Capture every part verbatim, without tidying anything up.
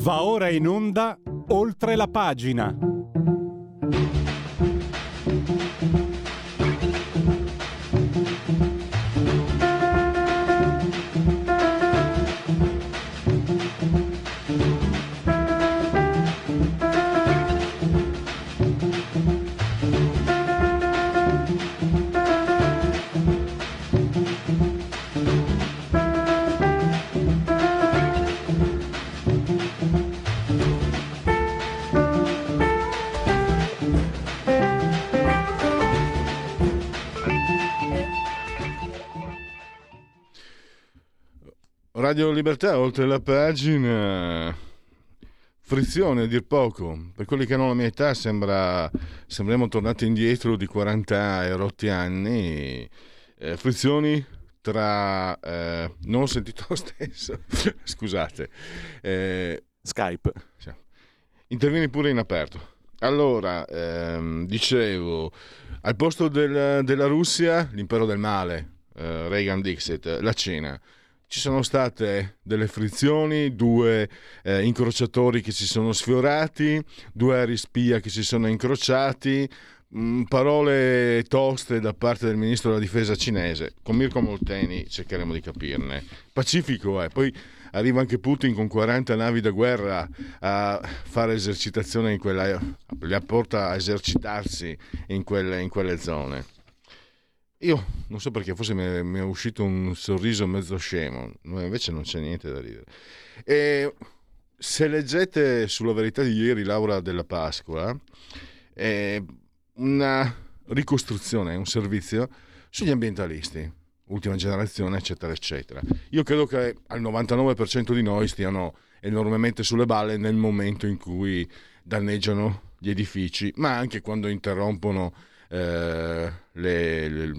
Va ora in onda Oltre la pagina. Radio Libertà, oltre la pagina, frizione a dir poco. Per quelli che hanno la mia età sembra sembriamo tornati indietro di quaranta e rotti anni. Eh, frizioni tra eh, non ho sentito lo stesso scusate eh, Skype, cioè, intervieni pure in aperto. Allora, ehm, dicevo, al posto del, della Russia, l'impero del male, eh, Reagan Dixit, la Cina. Ci sono state delle frizioni, due eh, incrociatori che si sono sfiorati, due aerei spia che si sono incrociati, mh, parole toste da parte del ministro della difesa cinese. Con Mirko Molteni cercheremo di capirne. Pacifico, eh. Poi arriva anche Putin con quaranta navi da guerra a fare esercitazione in quella, li porta a esercitarsi in quelle, in quelle zone. Io non so perché, forse mi è, mi è uscito un sorriso mezzo scemo, ma invece non c'è niente da ridere. E se leggete sulla Verità di ieri, Laura Della Pasqua, è una ricostruzione, un servizio sugli ambientalisti, ultima generazione, eccetera, eccetera. Io credo che al novantanove per cento di noi stiano enormemente sulle balle nel momento in cui danneggiano gli edifici, ma anche quando interrompono Eh, le, le,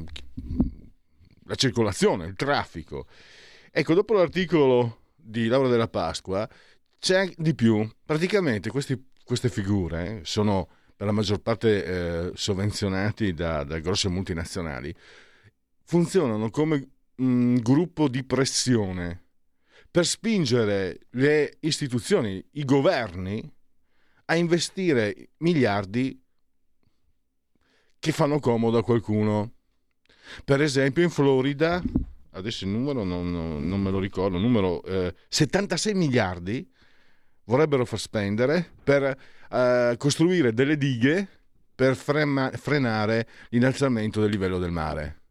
la circolazione, il traffico. Ecco, dopo l'articolo di Laura Della Pasqua c'è di più. Praticamente questi, queste figure sono per la maggior parte eh, sovvenzionati da, da grosse multinazionali, funzionano come un gruppo di pressione per spingere le istituzioni, i governi, a investire miliardi che fanno comodo a qualcuno. Per esempio in Florida, adesso il numero non, non, non me lo ricordo, il numero eh, settantasei miliardi vorrebbero far spendere per eh, costruire delle dighe per frema, frenare l'innalzamento del livello del mare.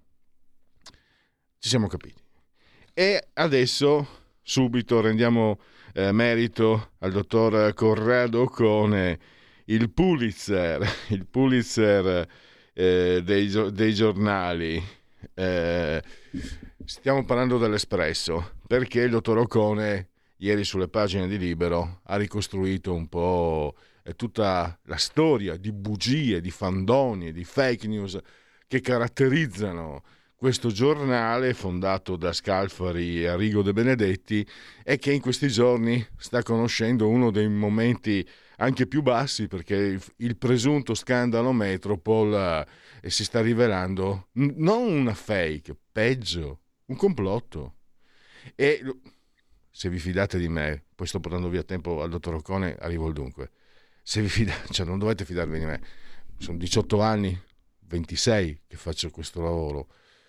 Ci siamo capiti. E adesso subito rendiamo eh, merito al dottor Corrado Ocone, il Pulitzer, il Pulitzer eh, dei, dei giornali. Eh, stiamo parlando dell'Espresso, perché il dottor Ocone ieri sulle pagine di Libero ha ricostruito un po' eh, tutta la storia di bugie, di fandonie, di fake news che caratterizzano questo giornale fondato da Scalfari e Arrigo De Benedetti, e che in questi giorni sta conoscendo uno dei momenti anche più bassi, perché il, il presunto scandalo Metropol eh, si sta rivelando n- non una fake, peggio, un complotto. E se vi fidate di me, poi sto portando via tempo al dottor Ocone, arrivo al dunque. Se vi fidate, cioè non dovete fidarvi di me. Sono diciotto anni, ventisei che faccio questo lavoro.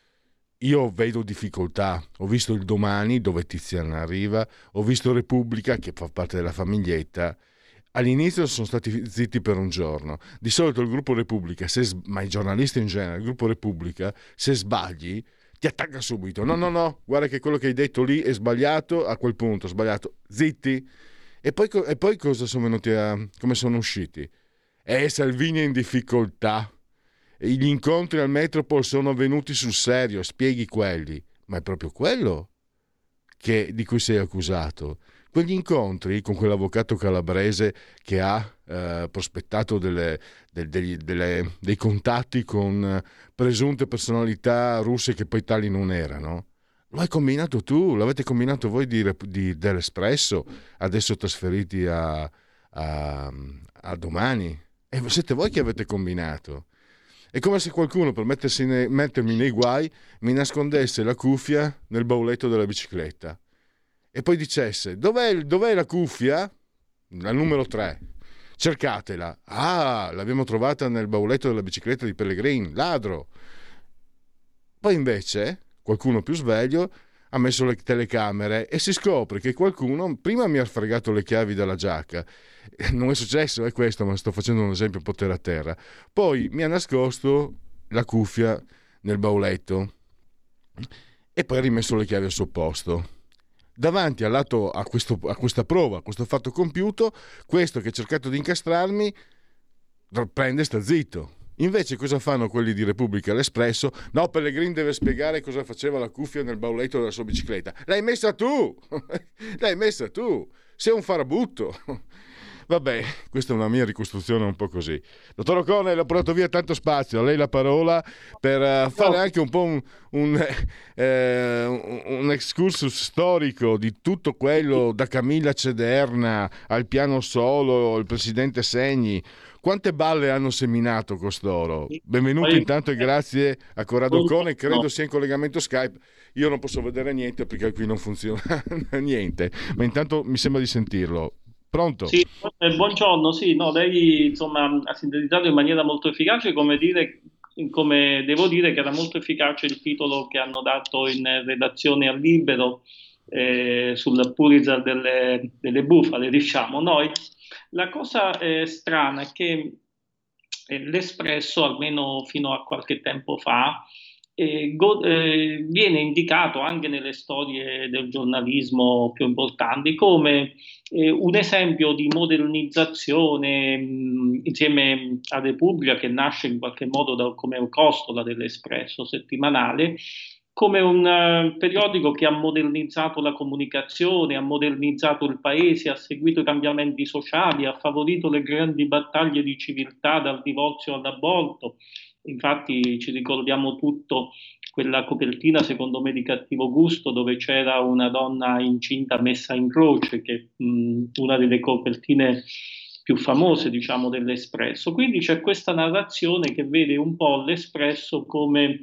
Io vedo difficoltà, ho visto il Domani dove Tiziana arriva, ho visto Repubblica che fa parte della famiglietta. All'inizio sono stati zitti per un giorno. Di solito il gruppo Repubblica, se, ma i giornalisti in genere, il gruppo Repubblica, se sbagli ti attacca subito. No, no, no, guarda che quello che hai detto lì è sbagliato, a quel punto sbagliato, zitti. E poi, e poi cosa sono venuti a, come sono usciti? Eh, Salvini è in difficoltà. Gli incontri al Metropol sono avvenuti sul serio, spieghi quelli. Ma è proprio quello che, di cui sei accusato. Quegli incontri con quell'avvocato calabrese che ha eh, prospettato delle, de, degli, delle, dei contatti con presunte personalità russe che poi tali non erano, lo hai combinato tu, l'avete combinato voi di, di, dell'Espresso, adesso trasferiti a, a, a Domani. E siete voi che avete combinato. È come se qualcuno, per mettersi nei, mettermi nei guai, mi nascondesse la cuffia nel bauletto della bicicletta. e poi dicesse dov'è, dov'è la cuffia? La numero tre, cercatela. Ah, l'abbiamo trovata nel bauletto della bicicletta di Pellegrin, ladro. Poi invece qualcuno più sveglio ha messo le telecamere e si scopre che qualcuno prima mi ha fregato le chiavi dalla giacca. Non è successo, è questo, ma sto facendo un esempio un po' terra a terra. Poi mi ha nascosto la cuffia nel bauletto e poi ha rimesso le chiavi al suo posto. Davanti al lato a, questo, a questa prova, a questo fatto compiuto, questo che ha cercato di incastrarmi prende e sta zitto. Invece cosa fanno quelli di Repubblica, l'Espresso? No, Pellegrin deve spiegare cosa faceva la cuffia nel bauletto della sua bicicletta. L'hai messa tu! L'hai messa tu! Sei un farabutto! Vabbè, questa è una mia ricostruzione un po' così. Dottor O'Connell, ho portato via tanto spazio, a lei la parola per uh, fare anche un po' un, un, eh, un excursus storico di tutto quello, da Camilla Cederna al piano solo, il presidente Segni. Quante balle hanno seminato costoro? Benvenuto intanto e grazie a Corrado O'Connell, credo sia in collegamento Skype. Io non posso vedere niente perché qui non funziona niente, ma intanto mi sembra di sentirlo. Pronto? Sì, eh, buongiorno, sì, no, lei insomma ha sintetizzato in maniera molto efficace, come dire, come devo dire che era molto efficace il titolo che hanno dato in redazione al Libero eh, sul Pulitzer delle, delle bufale, diciamo. Noi, la cosa eh, strana è che eh, l'Espresso, almeno fino a qualche tempo fa, eh, go- eh, viene indicato anche nelle storie del giornalismo più importanti come eh, un esempio di modernizzazione mh, insieme a Repubblica, che nasce in qualche modo da, come un costola dell'Espresso settimanale, come un uh, periodico che ha modernizzato la comunicazione, ha modernizzato il paese, ha seguito i cambiamenti sociali, ha favorito le grandi battaglie di civiltà dal divorzio all'aborto. Infatti ci ricordiamo tutto quella copertina, secondo me, di cattivo gusto, dove c'era una donna incinta messa in croce, che è mh, una delle copertine più famose, diciamo, dell'Espresso. Quindi c'è questa narrazione che vede un po' l'Espresso come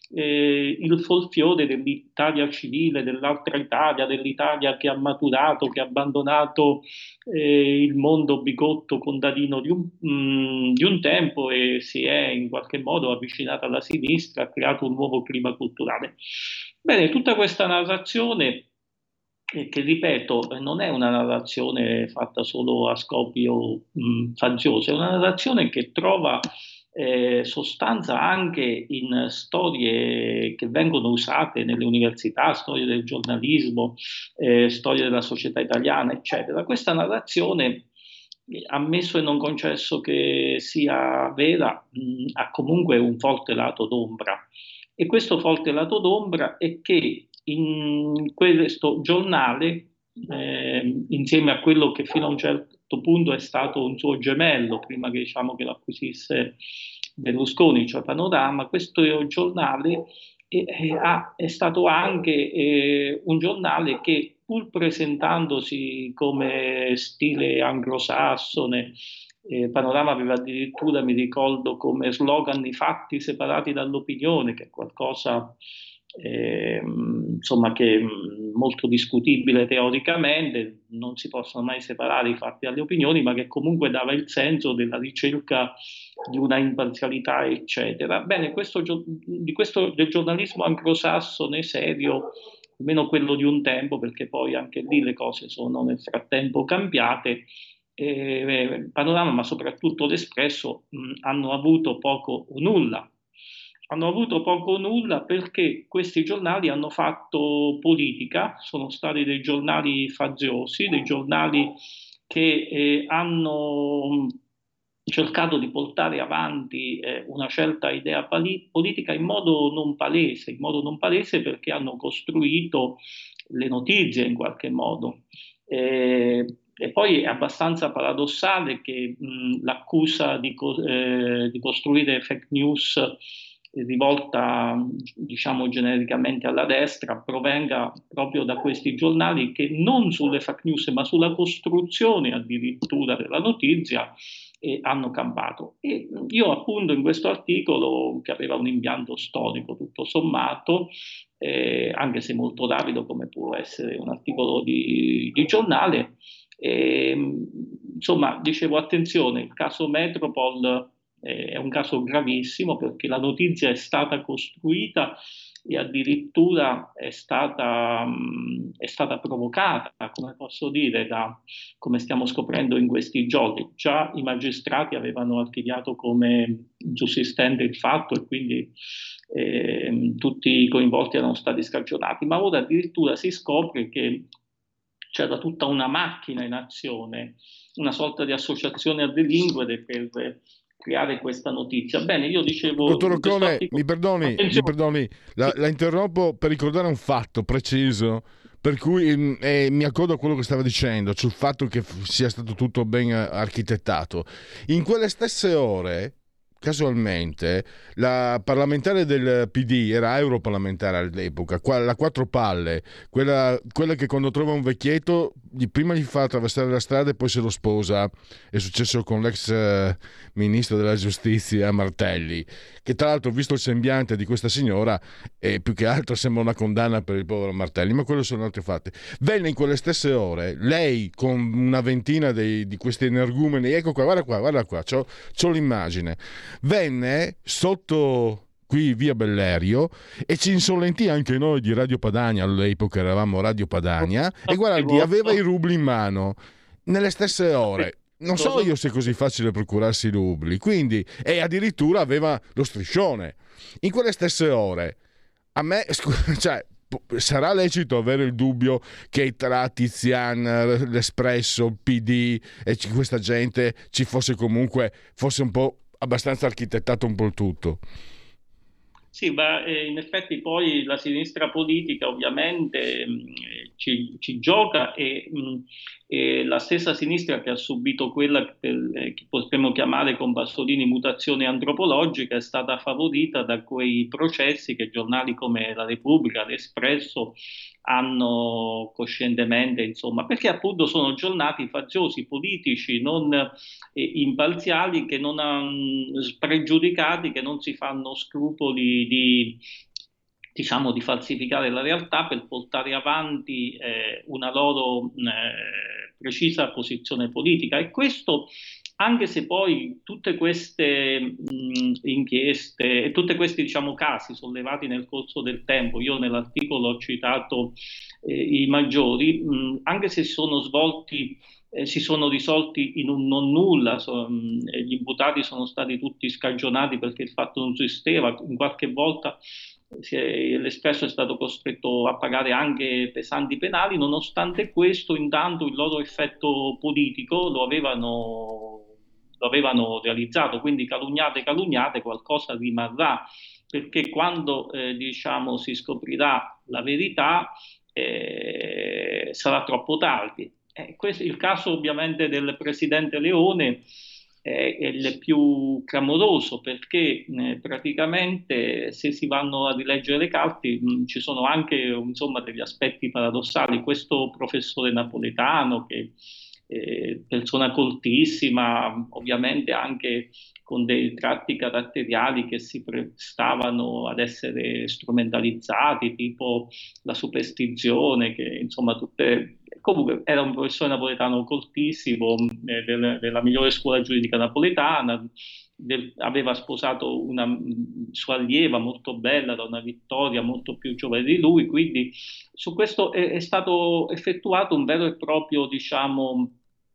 eh, il folfiore dell'Italia civile, dell'altra Italia, dell'Italia che ha maturato, che ha abbandonato eh, il mondo bigotto contadino di un, mh, di un tempo e si è in qualche modo avvicinata alla sinistra, ha creato un nuovo clima culturale. Bene, tutta questa narrazione che, che ripeto, non è una narrazione fatta solo a scopi mh, fazioso, è una narrazione che trova eh, sostanza anche in storie che vengono usate nelle università, storie del giornalismo, eh, storie della società italiana, eccetera. Questa narrazione, ammesso e non concesso che sia vera, mh, ha comunque un forte lato d'ombra. E questo forte lato d'ombra è che in questo giornale, eh, insieme a quello che fino a un certo punto è stato un suo gemello, prima che, diciamo, che lo acquisisse Berlusconi, cioè Panorama, questo giornale eh, ha, è stato anche eh, un giornale che, pur presentandosi come stile anglosassone, eh, Panorama aveva addirittura, mi ricordo, come slogan i fatti separati dall'opinione, che è qualcosa eh, insomma che è molto discutibile teoricamente, non si possono mai separare i fatti dalle opinioni, ma che comunque dava il senso della ricerca di una imparzialità, eccetera. Bene, questo, di questo del giornalismo anglosassone serio, almeno quello di un tempo, perché poi anche lì le cose sono nel frattempo cambiate, eh, Panorama, ma soprattutto l'Espresso, mh, hanno avuto poco o nulla. Hanno avuto poco o nulla perché questi giornali hanno fatto politica, sono stati dei giornali faziosi, dei giornali che eh, hanno cercato di portare avanti eh, una certa idea pali- politica in modo non palese, in modo non palese perché hanno costruito le notizie in qualche modo. Eh, e poi è abbastanza paradossale che mh, l'accusa di, co- eh, di costruire fake news rivolta, diciamo, genericamente alla destra, provenga proprio da questi giornali che non sulle fake news, ma sulla costruzione addirittura della notizia eh, hanno campato. E io appunto in questo articolo, che aveva un impianto storico tutto sommato, eh, anche se molto rapido come può essere un articolo di, di giornale. E, insomma, dicevo, attenzione, il caso Metropol eh, è un caso gravissimo perché la notizia è stata costruita e addirittura è stata, mh, è stata provocata, come posso dire, da, come stiamo scoprendo in questi giorni. Già i magistrati avevano archiviato come sussistente il fatto e quindi eh, tutti i coinvolti erano stati scagionati, ma ora addirittura si scopre che c'era tutta una macchina in azione, una sorta di associazione a delinquere per creare questa notizia. Bene, io dicevo... Dottor Occone, articolo... mi perdoni, mi perdoni la, la interrompo per ricordare un fatto preciso, per cui eh, mi accodo a quello che stava dicendo, sul fatto che f- sia stato tutto ben architettato. In quelle stesse ore, casualmente, la parlamentare del P D era europarlamentare all'epoca, la quattro palle, quella, quella che quando trova un vecchietto gli, prima gli fa attraversare la strada e poi se lo sposa. È successo con l'ex eh, ministro della giustizia Martelli, che tra l'altro, visto il sembiante di questa signora, eh, più che altro sembra una condanna per il povero Martelli, ma quello sono altri fatti. Venne in quelle stesse ore lei con una ventina dei, di questi energumeni, ecco qua, guarda qua, guarda qua, c'ho, c'ho l'immagine, venne sotto qui via Bellerio e ci insolentì anche noi di Radio Padania, all'epoca eravamo Radio Padania, e guarda, aveva i rubli in mano nelle stesse ore. Non so io se è così facile procurarsi i rubli, quindi, e addirittura aveva lo striscione in quelle stesse ore. A me, cioè, sarà lecito avere il dubbio che tra Tizian, l'Espresso, il P D e questa gente ci fosse comunque, fosse un po' abbastanza architettato un po' il tutto. Sì, ma eh, in effetti poi la sinistra politica ovviamente mh, ci, ci gioca e, mh, e la stessa sinistra che ha subito quella che, eh, che potremmo chiamare con Bassolini mutazione antropologica è stata favorita da quei processi che giornali come La Repubblica, l'Espresso hanno coscientemente, insomma, perché appunto sono giornati faziosi, politici, non eh, imparziali, che non hanno spregiudicati, che non si fanno scrupoli di, diciamo, di falsificare la realtà per portare avanti eh, una loro eh, precisa posizione politica. E questo, anche se poi tutte queste mh, inchieste e tutti questi, diciamo, casi sollevati nel corso del tempo, io nell'articolo ho citato eh, i maggiori, mh, anche se sono svolti Eh, si sono risolti in un non nulla, so, mh, gli imputati sono stati tutti scagionati perché il fatto non esisteva, in qualche volta si è, l'Espresso è stato costretto a pagare anche pesanti penali. Nonostante questo, intanto il loro effetto politico lo avevano, lo avevano realizzato, quindi calunniate, calunniate, qualcosa rimarrà, perché quando eh, diciamo, si scoprirà la verità eh, sarà troppo tardi. Eh, questo, il caso ovviamente del presidente Leone è, è il più clamoroso perché eh, praticamente se si vanno a rileggere le carte mh, ci sono anche insomma, degli aspetti paradossali. Questo professore napoletano che eh, persona coltissima, ovviamente anche con dei tratti caratteriali che si prestavano ad essere strumentalizzati, tipo la superstizione, che insomma tutte... Comunque era un professore napoletano coltissimo, eh, del, della migliore scuola giuridica napoletana, del, aveva sposato una mh, sua allieva molto bella da una Vittoria molto più giovane di lui, quindi su questo è, è stato effettuato un vero e proprio, diciamo,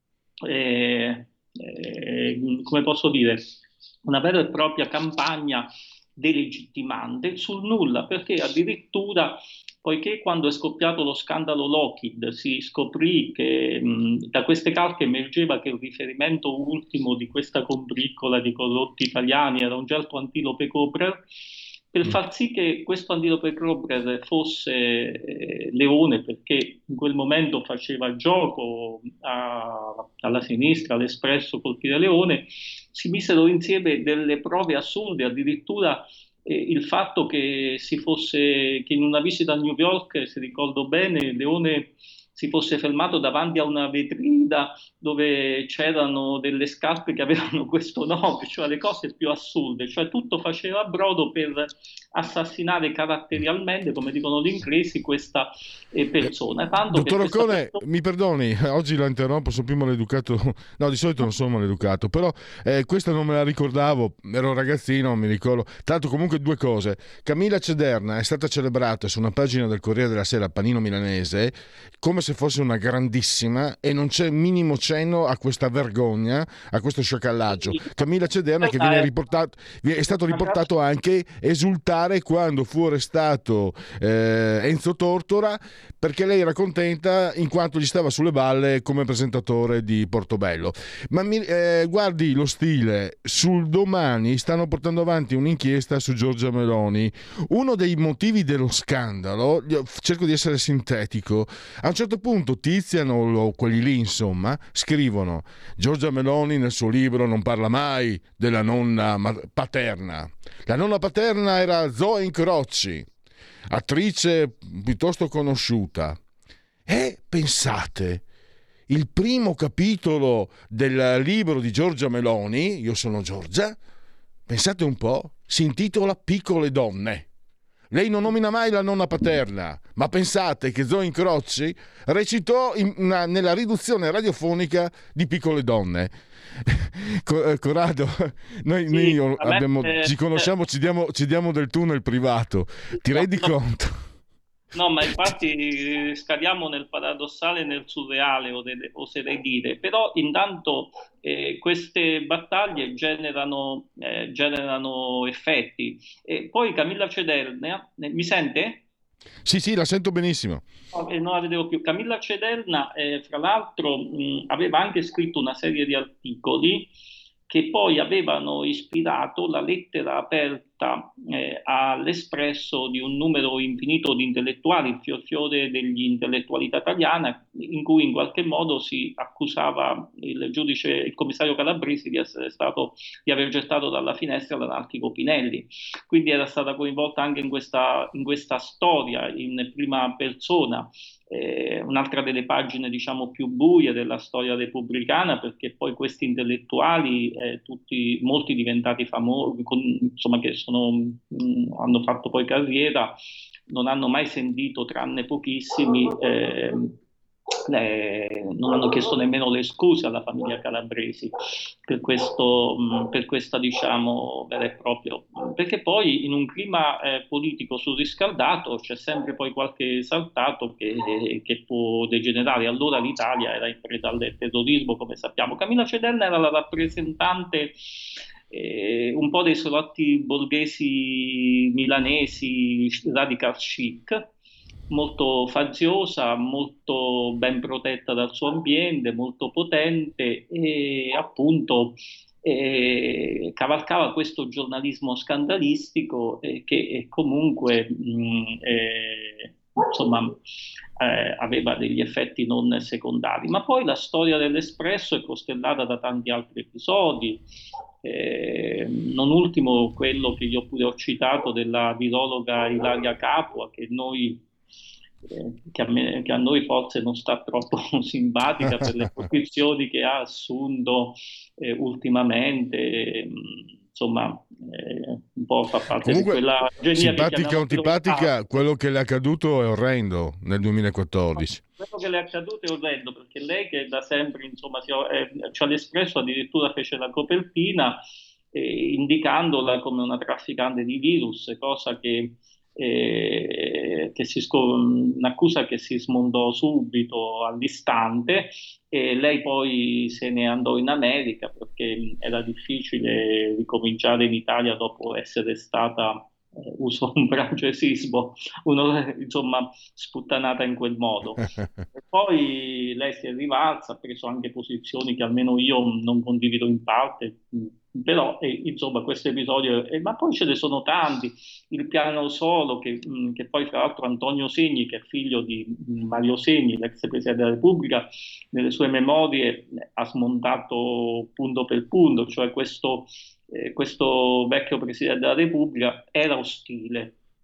eh, eh, come posso dire, una vera e propria campagna delegittimante sul nulla, perché addirittura, poiché quando è scoppiato lo scandalo Lockheed si scoprì che mh, da queste calche emergeva che il riferimento ultimo di questa combriccola di corrotti italiani era un certo Antilope Cobrer, per far sì che questo Antilope Cobrer fosse eh, Leone, perché in quel momento faceva gioco a, alla sinistra, all'Espresso colpire Leone, si misero insieme delle prove assurde, addirittura eh, il fatto che si fosse, che in una visita a New York, se ricordo bene, Leone si fosse fermato davanti a una vetrina dove c'erano delle scarpe che avevano questo nome, cioè le cose più assurde, cioè tutto faceva brodo per assassinare caratterialmente, come dicono gli inglesi, questa eh, persona. Tanto Dottor che Occone, persona... mi perdoni, oggi la interrompo, sono più maleducato. No, di solito non sono maleducato, però eh, questa non me la ricordavo, ero ragazzino, mi ricordo. Tanto comunque due cose. Camilla Cederna è stata celebrata su una pagina del Corriere della Sera, Pannino Milanese, come se fosse una grandissima, e non c'è minimo cenno a questa vergogna, a questo sciacallaggio. Camilla Cederna che viene riportato, è stato riportato anche esultare quando fu arrestato eh, Enzo Tortora, perché lei era contenta in quanto gli stava sulle balle come presentatore di Portobello. Ma mi, eh, guardi lo stile, sul Domani stanno portando avanti un'inchiesta su Giorgia Meloni. Uno dei motivi dello scandalo, cerco di essere sintetico, a un certo punto Tiziano o quelli lì insomma scrivono: Giorgia Meloni nel suo libro non parla mai della nonna paterna. La nonna paterna era Zoe Incrocci, attrice piuttosto conosciuta. E pensate, il primo capitolo del libro di Giorgia Meloni, Io sono Giorgia, pensate un po', si intitola Piccole donne. Lei non nomina mai la nonna paterna, ma pensate che Zoe Incrocci recitò in una, nella riduzione radiofonica di Piccole donne. Corrado, noi, sì, noi abbiamo, me, ci conosciamo, eh, ci, diamo, ci diamo del tu nel privato, ti no, rendi no, conto? No, ma infatti scadiamo nel paradossale e nel surreale, oserei dire, però intanto eh, queste battaglie generano, eh, generano effetti. E poi Camilla Cederna, mi sente? Sì, sì, la sento benissimo. No, non la vedevo più. Camilla Cederna, eh, fra l'altro, mh, aveva anche scritto una serie di articoli che poi avevano ispirato la lettera aperta eh, all'Espresso di un numero infinito di intellettuali, il fior fiore degli intellettualità italiana, in cui in qualche modo si accusava il giudice, il commissario Calabresi di essere stato, di aver gettato dalla finestra l'anarchico Pinelli. Quindi era stata coinvolta anche in questa, in questa storia in prima persona. Eh, un'altra delle pagine diciamo più buie della storia repubblicana, perché poi questi intellettuali eh, tutti, molti diventati famosi, con, insomma che sono, mh, hanno fatto poi carriera, non hanno mai sentito, tranne pochissimi, eh, le, non hanno chiesto nemmeno le scuse alla famiglia Calabresi per questo, mh, per questa diciamo vero e proprio, perché poi in un clima eh, politico surriscaldato c'è sempre poi qualche esaltato che, che può degenerare. Allora l'Italia era in preda al terrorismo, come sappiamo. Camilla Cederna era la rappresentante eh, un po' dei salotti borghesi milanesi radical chic, molto faziosa, molto ben protetta dal suo ambiente, molto potente e appunto eh, cavalcava questo giornalismo scandalistico eh, che comunque mh, eh, insomma eh, aveva degli effetti non secondari. Ma poi la storia dell'Espresso è costellata da tanti altri episodi. Eh, non ultimo quello che io pure ho citato della virologa Ilaria Capua, che noi Eh, che, a me, che a noi forse non sta troppo simpatica per le posizioni che ha assunto eh, ultimamente, eh, insomma eh, un po' fa parte comunque, di quella genia simpatica o antipatica, quello che le è accaduto è orrendo nel duemilaquattordici. Quello che le è accaduto è orrendo, perché lei che da sempre insomma si, eh, cioè l'Espresso addirittura fece la copertina eh, indicandola come una trafficante di virus, cosa che Eh, che si scop- un'accusa che si smontò subito all'istante, e lei poi se ne andò in America perché era difficile ricominciare in Italia dopo essere stata, eh, uso un francesismo, uno, insomma, sputtanata in quel modo. E poi lei si è rivalsa, ha preso anche posizioni che almeno io non condivido in parte, però eh, insomma questo episodio, eh, ma poi ce ne sono tanti. Il piano solo che, mh, che poi fra l'altro Antonio Segni, che è figlio di mh, Mario Segni, l'ex Presidente della Repubblica, nelle sue memorie eh, ha smontato punto per punto, cioè questo, eh, questo vecchio Presidente della Repubblica era ostile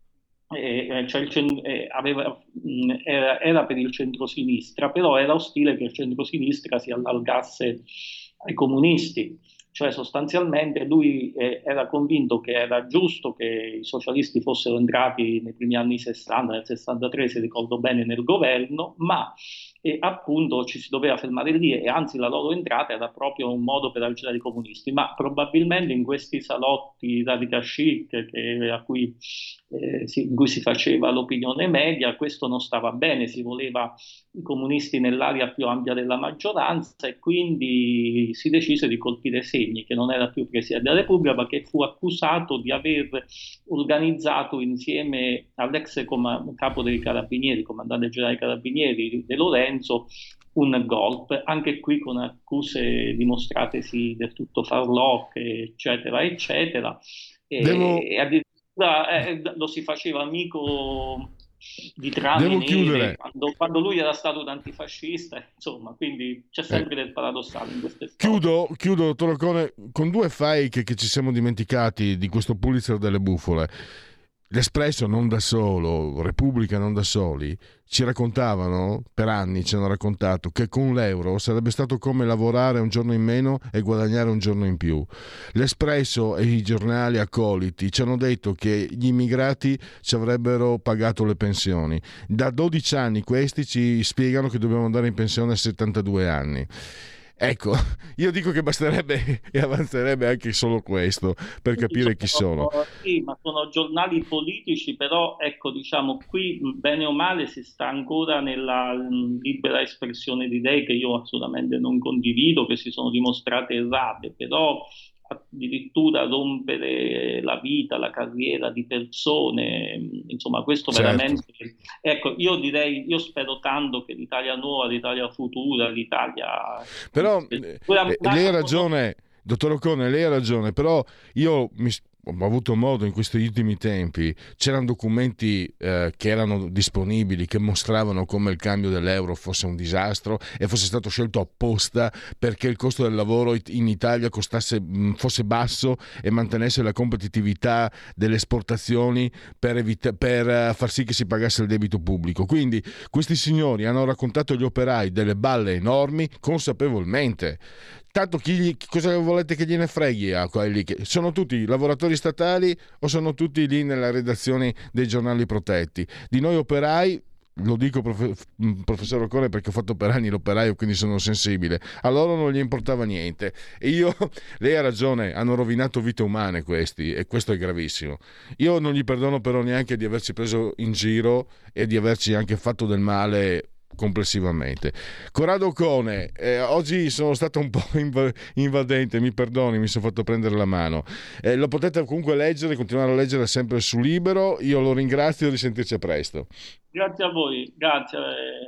eh, cioè il cen- eh, aveva, mh, era, era per il centrosinistra, però era ostile che il centrosinistra si allargasse ai comunisti. Cioè sostanzialmente lui eh, era convinto che era giusto che i socialisti fossero entrati nei primi anni sessanta, nel sessantatré se ricordo bene, nel governo, ma e appunto ci si doveva fermare lì e anzi la loro entrata era proprio un modo per agitare i comunisti, ma probabilmente in questi salotti radical chic che, a cui, eh, si, in cui si faceva l'opinione media, questo non stava bene, si voleva i comunisti nell'area più ampia della maggioranza e quindi si decise di colpire Segni, che non era più Presidente della Repubblica, ma che fu accusato di aver organizzato insieme all'ex com- capo dei Carabinieri, comandante generale dei Carabinieri De Lorenzo, un golpe, anche qui con accuse dimostratesi del tutto farlocche, eccetera, eccetera. E, Devo... e addirittura eh, lo si faceva amico di trame Devo nere chiudere. Quando, quando lui era stato un antifascista, insomma, quindi c'è sempre eh. del paradossale in queste storie. Chiudo, chiudo, dottor Occone, con due fake che ci siamo dimenticati di questo Pulitzer delle bufale. L'Espresso non da solo, Repubblica non da soli, ci raccontavano, per anni ci hanno raccontato, che con l'euro sarebbe stato come lavorare un giorno in meno e guadagnare un giorno in più. L'Espresso e i giornali accoliti ci hanno detto che gli immigrati ci avrebbero pagato le pensioni. Da dodici anni questi ci spiegano che dobbiamo andare in pensione a settantadue anni. Ecco, io dico che basterebbe e avanzerebbe anche solo questo per capire chi sono. Sì, ma sono giornali politici, però ecco, diciamo, qui bene o male si sta ancora nella libera espressione di idee che io assolutamente non condivido, che si sono dimostrate errate, però addirittura rompere la vita, la carriera di persone, insomma questo certo. Veramente, ecco, io direi, io spero tanto che l'Italia nuova, l'Italia futura, l'Italia... Però eh, lei ha ragione, dottor Occone, lei ha ragione, però io mi ho avuto modo in questi ultimi tempi, c'erano documenti eh, che erano disponibili che mostravano come il cambio dell'euro fosse un disastro e fosse stato scelto apposta perché il costo del lavoro in Italia costasse, fosse basso e mantenesse la competitività delle esportazioni per, evita- per far sì che si pagasse il debito pubblico. Quindi questi signori hanno raccontato agli operai delle balle enormi consapevolmente. Tanto chi gli, cosa volete che gliene freghi a quelli che sono tutti lavoratori statali o sono tutti lì nella redazione dei giornali protetti? Di noi operai, lo dico prof, professor Occone perché ho fatto per anni l'operaio, quindi sono sensibile, a loro non gli importava niente e io, lei ha ragione, hanno rovinato vite umane questi e questo è gravissimo. Io non gli perdono però neanche di averci preso in giro e di averci anche fatto del male complessivamente. Corrado Occone, eh, oggi sono stato un po' inv- invadente, mi perdoni, mi sono fatto prendere la mano. Eh, lo potete comunque leggere, continuare a leggere sempre su Libero. Io lo ringrazio, risentirci a presto. Grazie a voi, grazie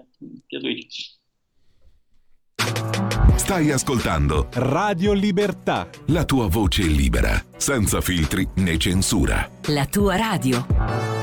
Pierluigi. Stai ascoltando Radio Libertà, la tua voce libera, senza filtri né censura. La tua radio.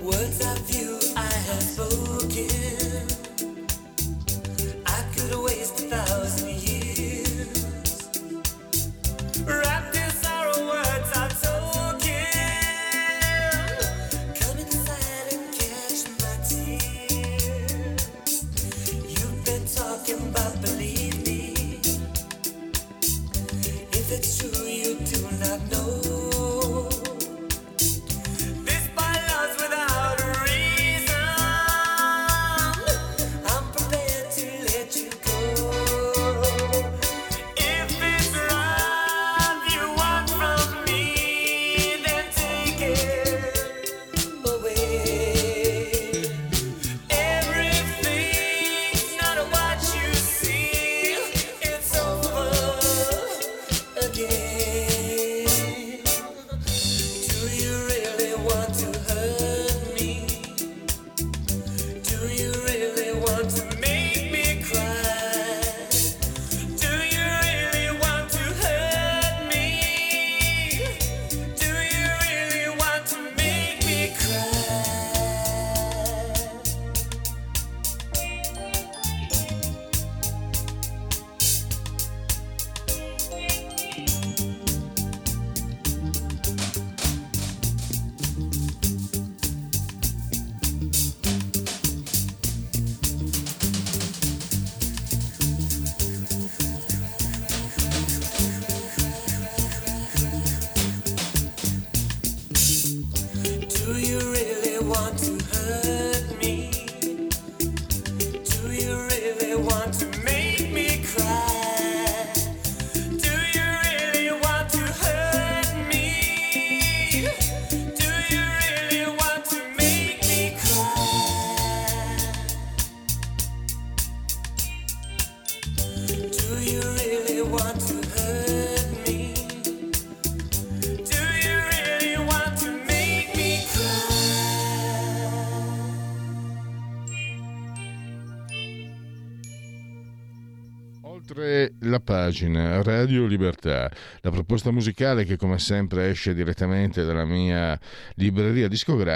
Oltre la pagina Radio Libertà, la proposta musicale che come sempre esce direttamente dalla mia libreria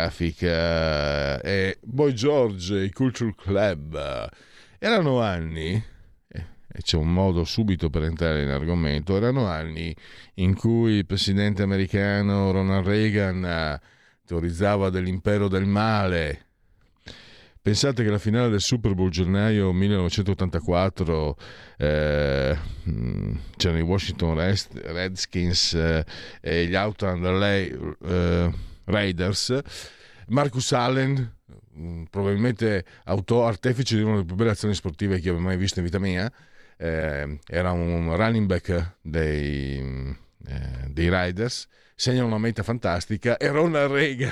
discografica è Boy George, i Culture Club. Erano anni, e c'è un modo subito per entrare in argomento, erano anni in cui il presidente americano Ronald Reagan teorizzava dell'impero del male. Pensate che la finale del Super Bowl gennaio millenovecentottantaquattro eh, c'erano i Washington Redskins eh, e gli Oakland eh, Raiders. Marcus Allen, probabilmente autore, artefice di una delle più belle azioni sportive che abbia mai visto in vita mia, eh, era un running back dei, eh, dei Raiders, segna una meta fantastica e Ronald Reagan,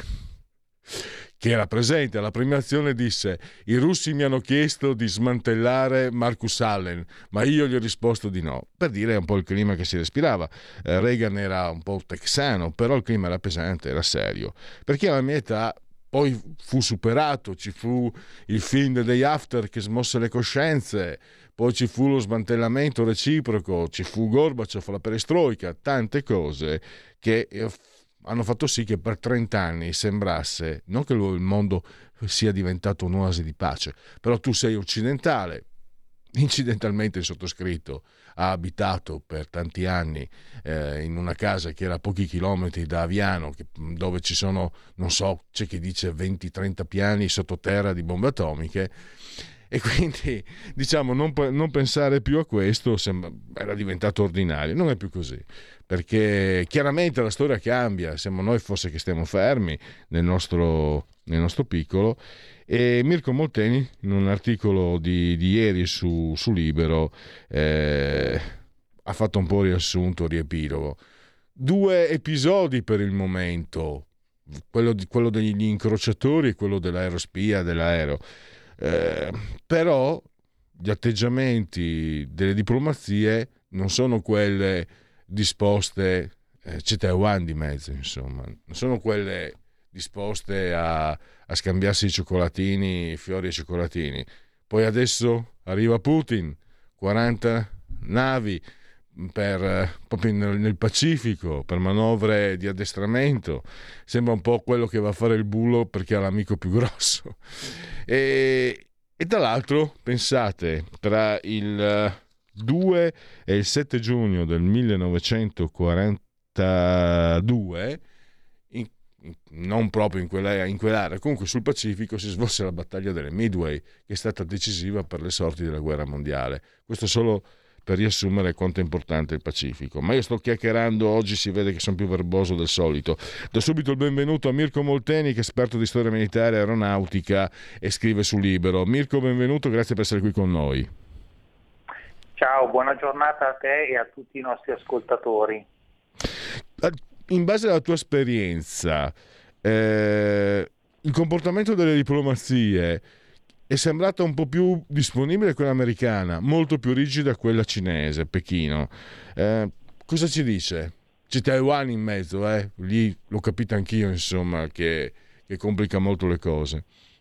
che era presente alla premiazione, disse: i russi mi hanno chiesto di smantellare Marcus Allen, ma io gli ho risposto di no, per dire un po' il clima che si respirava. eh, Reagan era un po' texano, però il clima era pesante, era serio, perché alla mia età poi fu superato, ci fu il film The Day After che smosse le coscienze, poi ci fu lo smantellamento reciproco, ci fu Gorbaciov, la perestroika, tante cose che hanno fatto sì che per trent'anni sembrasse, non che il mondo sia diventato un'oasi di pace, però tu sei occidentale, incidentalmente il sottoscritto ha abitato per tanti anni eh, in una casa che era a pochi chilometri da Aviano, che, dove ci sono, non so, c'è chi dice venti trenta piani sottoterra di bombe atomiche, e quindi diciamo non, non pensare più a questo sembra, era diventato ordinario. Non è più così, perché chiaramente la storia cambia, siamo noi forse che stiamo fermi nel nostro, nel nostro piccolo. E Mirko Molteni, in un articolo di, di ieri su, su Libero, eh, ha fatto un po' riassunto, riepilogo. Due episodi per il momento, quello, di, quello degli incrociatori e quello dell'aerospia, dell'aereo. Eh, però gli atteggiamenti delle diplomazie non sono quelle disposte, eh, c'è Taiwan di mezzo, insomma, non sono quelle disposte a, a scambiarsi i cioccolatini, fiori e cioccolatini. Poi adesso arriva Putin, quaranta navi, per, eh, proprio nel, nel Pacifico, per manovre di addestramento. Sembra un po' quello che va a fare il bullo perché ha l'amico più grosso. E, e tra l'altro, pensate, tra il due e il sette giugno del millenovecentoquarantadue, in, non proprio in, quella, in quell'area, comunque sul Pacifico si svolse la battaglia delle Midway, che è stata decisiva per le sorti della guerra mondiale. Questo solo per riassumere quanto è importante il Pacifico. Ma io sto chiacchierando, oggi si vede che sono più verboso del solito. Do subito il benvenuto a Mirko Molteni, che è esperto di storia militare e aeronautica e scrive su Libero. Mirko, benvenuto, grazie per essere qui con noi. Ciao, buona giornata a te e a tutti i nostri ascoltatori. In base alla tua esperienza, eh, il comportamento delle diplomazie è sembrata un po' più disponibile quella americana, molto più rigida quella cinese, Pechino. Eh, cosa ci dice? C'è Taiwan in mezzo, eh? Lì l'ho capito anch'io, insomma, che, che complica molto le cose.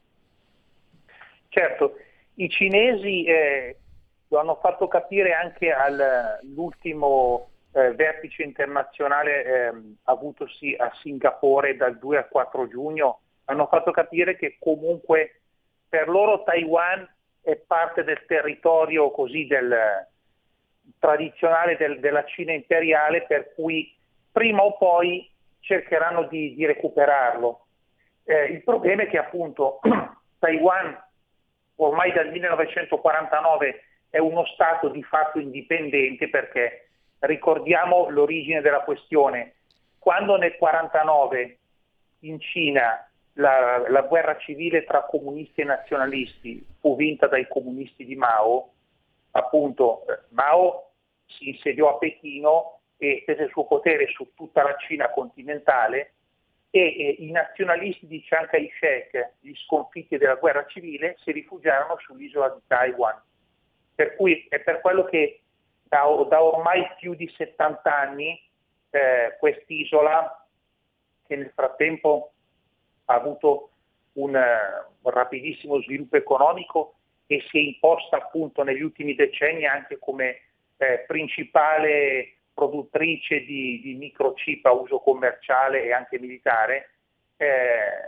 Certo, i cinesi eh, lo hanno fatto capire anche all'ultimo eh, vertice internazionale eh, avutosi a Singapore dal due al quattro giugno, hanno fatto capire che comunque per loro Taiwan è parte del territorio così del tradizionale del, della Cina imperiale, per cui prima o poi cercheranno di, di recuperarlo. Eh, il problema è che appunto Taiwan ormai dal millenovecentoquarantanove è uno stato di fatto indipendente, perché ricordiamo l'origine della questione. Quando nel quarantanove in Cina La, la guerra civile tra comunisti e nazionalisti fu vinta dai comunisti di Mao, appunto Mao si insediò a Pechino e fece il suo potere su tutta la Cina continentale, e, e i nazionalisti di Chiang Kai-shek, gli sconfitti della guerra civile, si rifugiarono sull'isola di Taiwan. Per cui è per quello che da, da ormai più di settanta anni eh, quest'isola, che nel frattempo ha avuto un, uh, un rapidissimo sviluppo economico e si è imposta appunto negli ultimi decenni anche come eh, principale produttrice di, di microchip a uso commerciale e anche militare, eh,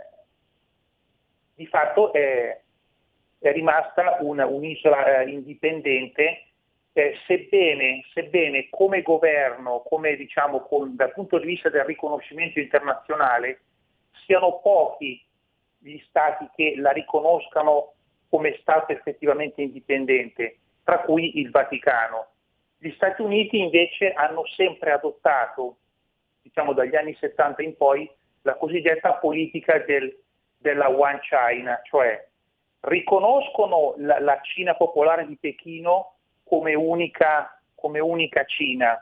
di fatto è, è rimasta un, un'isola eh, indipendente, eh, sebbene, sebbene come governo, come diciamo con, dal punto di vista del riconoscimento internazionale, siano pochi gli stati che la riconoscano come Stato effettivamente indipendente, tra cui il Vaticano. Gli Stati Uniti invece hanno sempre adottato, diciamo dagli anni settanta in poi, la cosiddetta politica del, della One China, cioè riconoscono la, la Cina popolare di Pechino come unica, come unica Cina,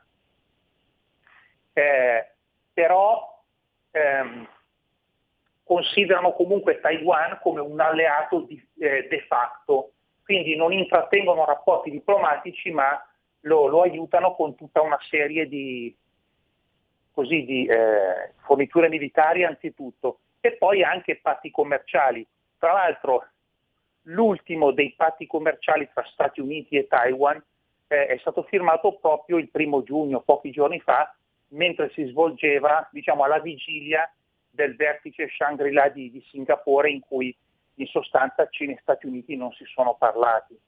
eh, però ehm, considerano comunque Taiwan come un alleato di, eh, de facto, quindi non intrattengono rapporti diplomatici, ma lo, lo aiutano con tutta una serie di, così, di eh, forniture militari anzitutto, e poi anche patti commerciali. Tra l'altro l'ultimo dei patti commerciali tra Stati Uniti e Taiwan eh, è stato firmato proprio il primo giugno, pochi giorni fa, mentre si svolgeva, diciamo, alla vigilia del vertice Shangri-La di, di Singapore, in cui in sostanza Cina e Stati Uniti non si sono parlati.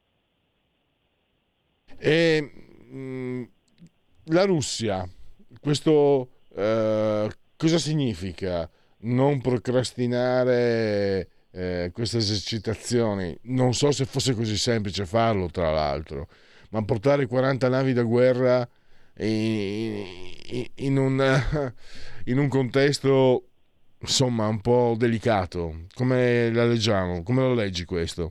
E mh, la Russia, questo eh, cosa significa? Non procrastinare eh, queste esercitazioni? Non so se fosse così semplice farlo, tra l'altro, ma portare quaranta navi da guerra in, in, in, un, in un contesto insomma un po' delicato, come la leggiamo? Come lo leggi questo?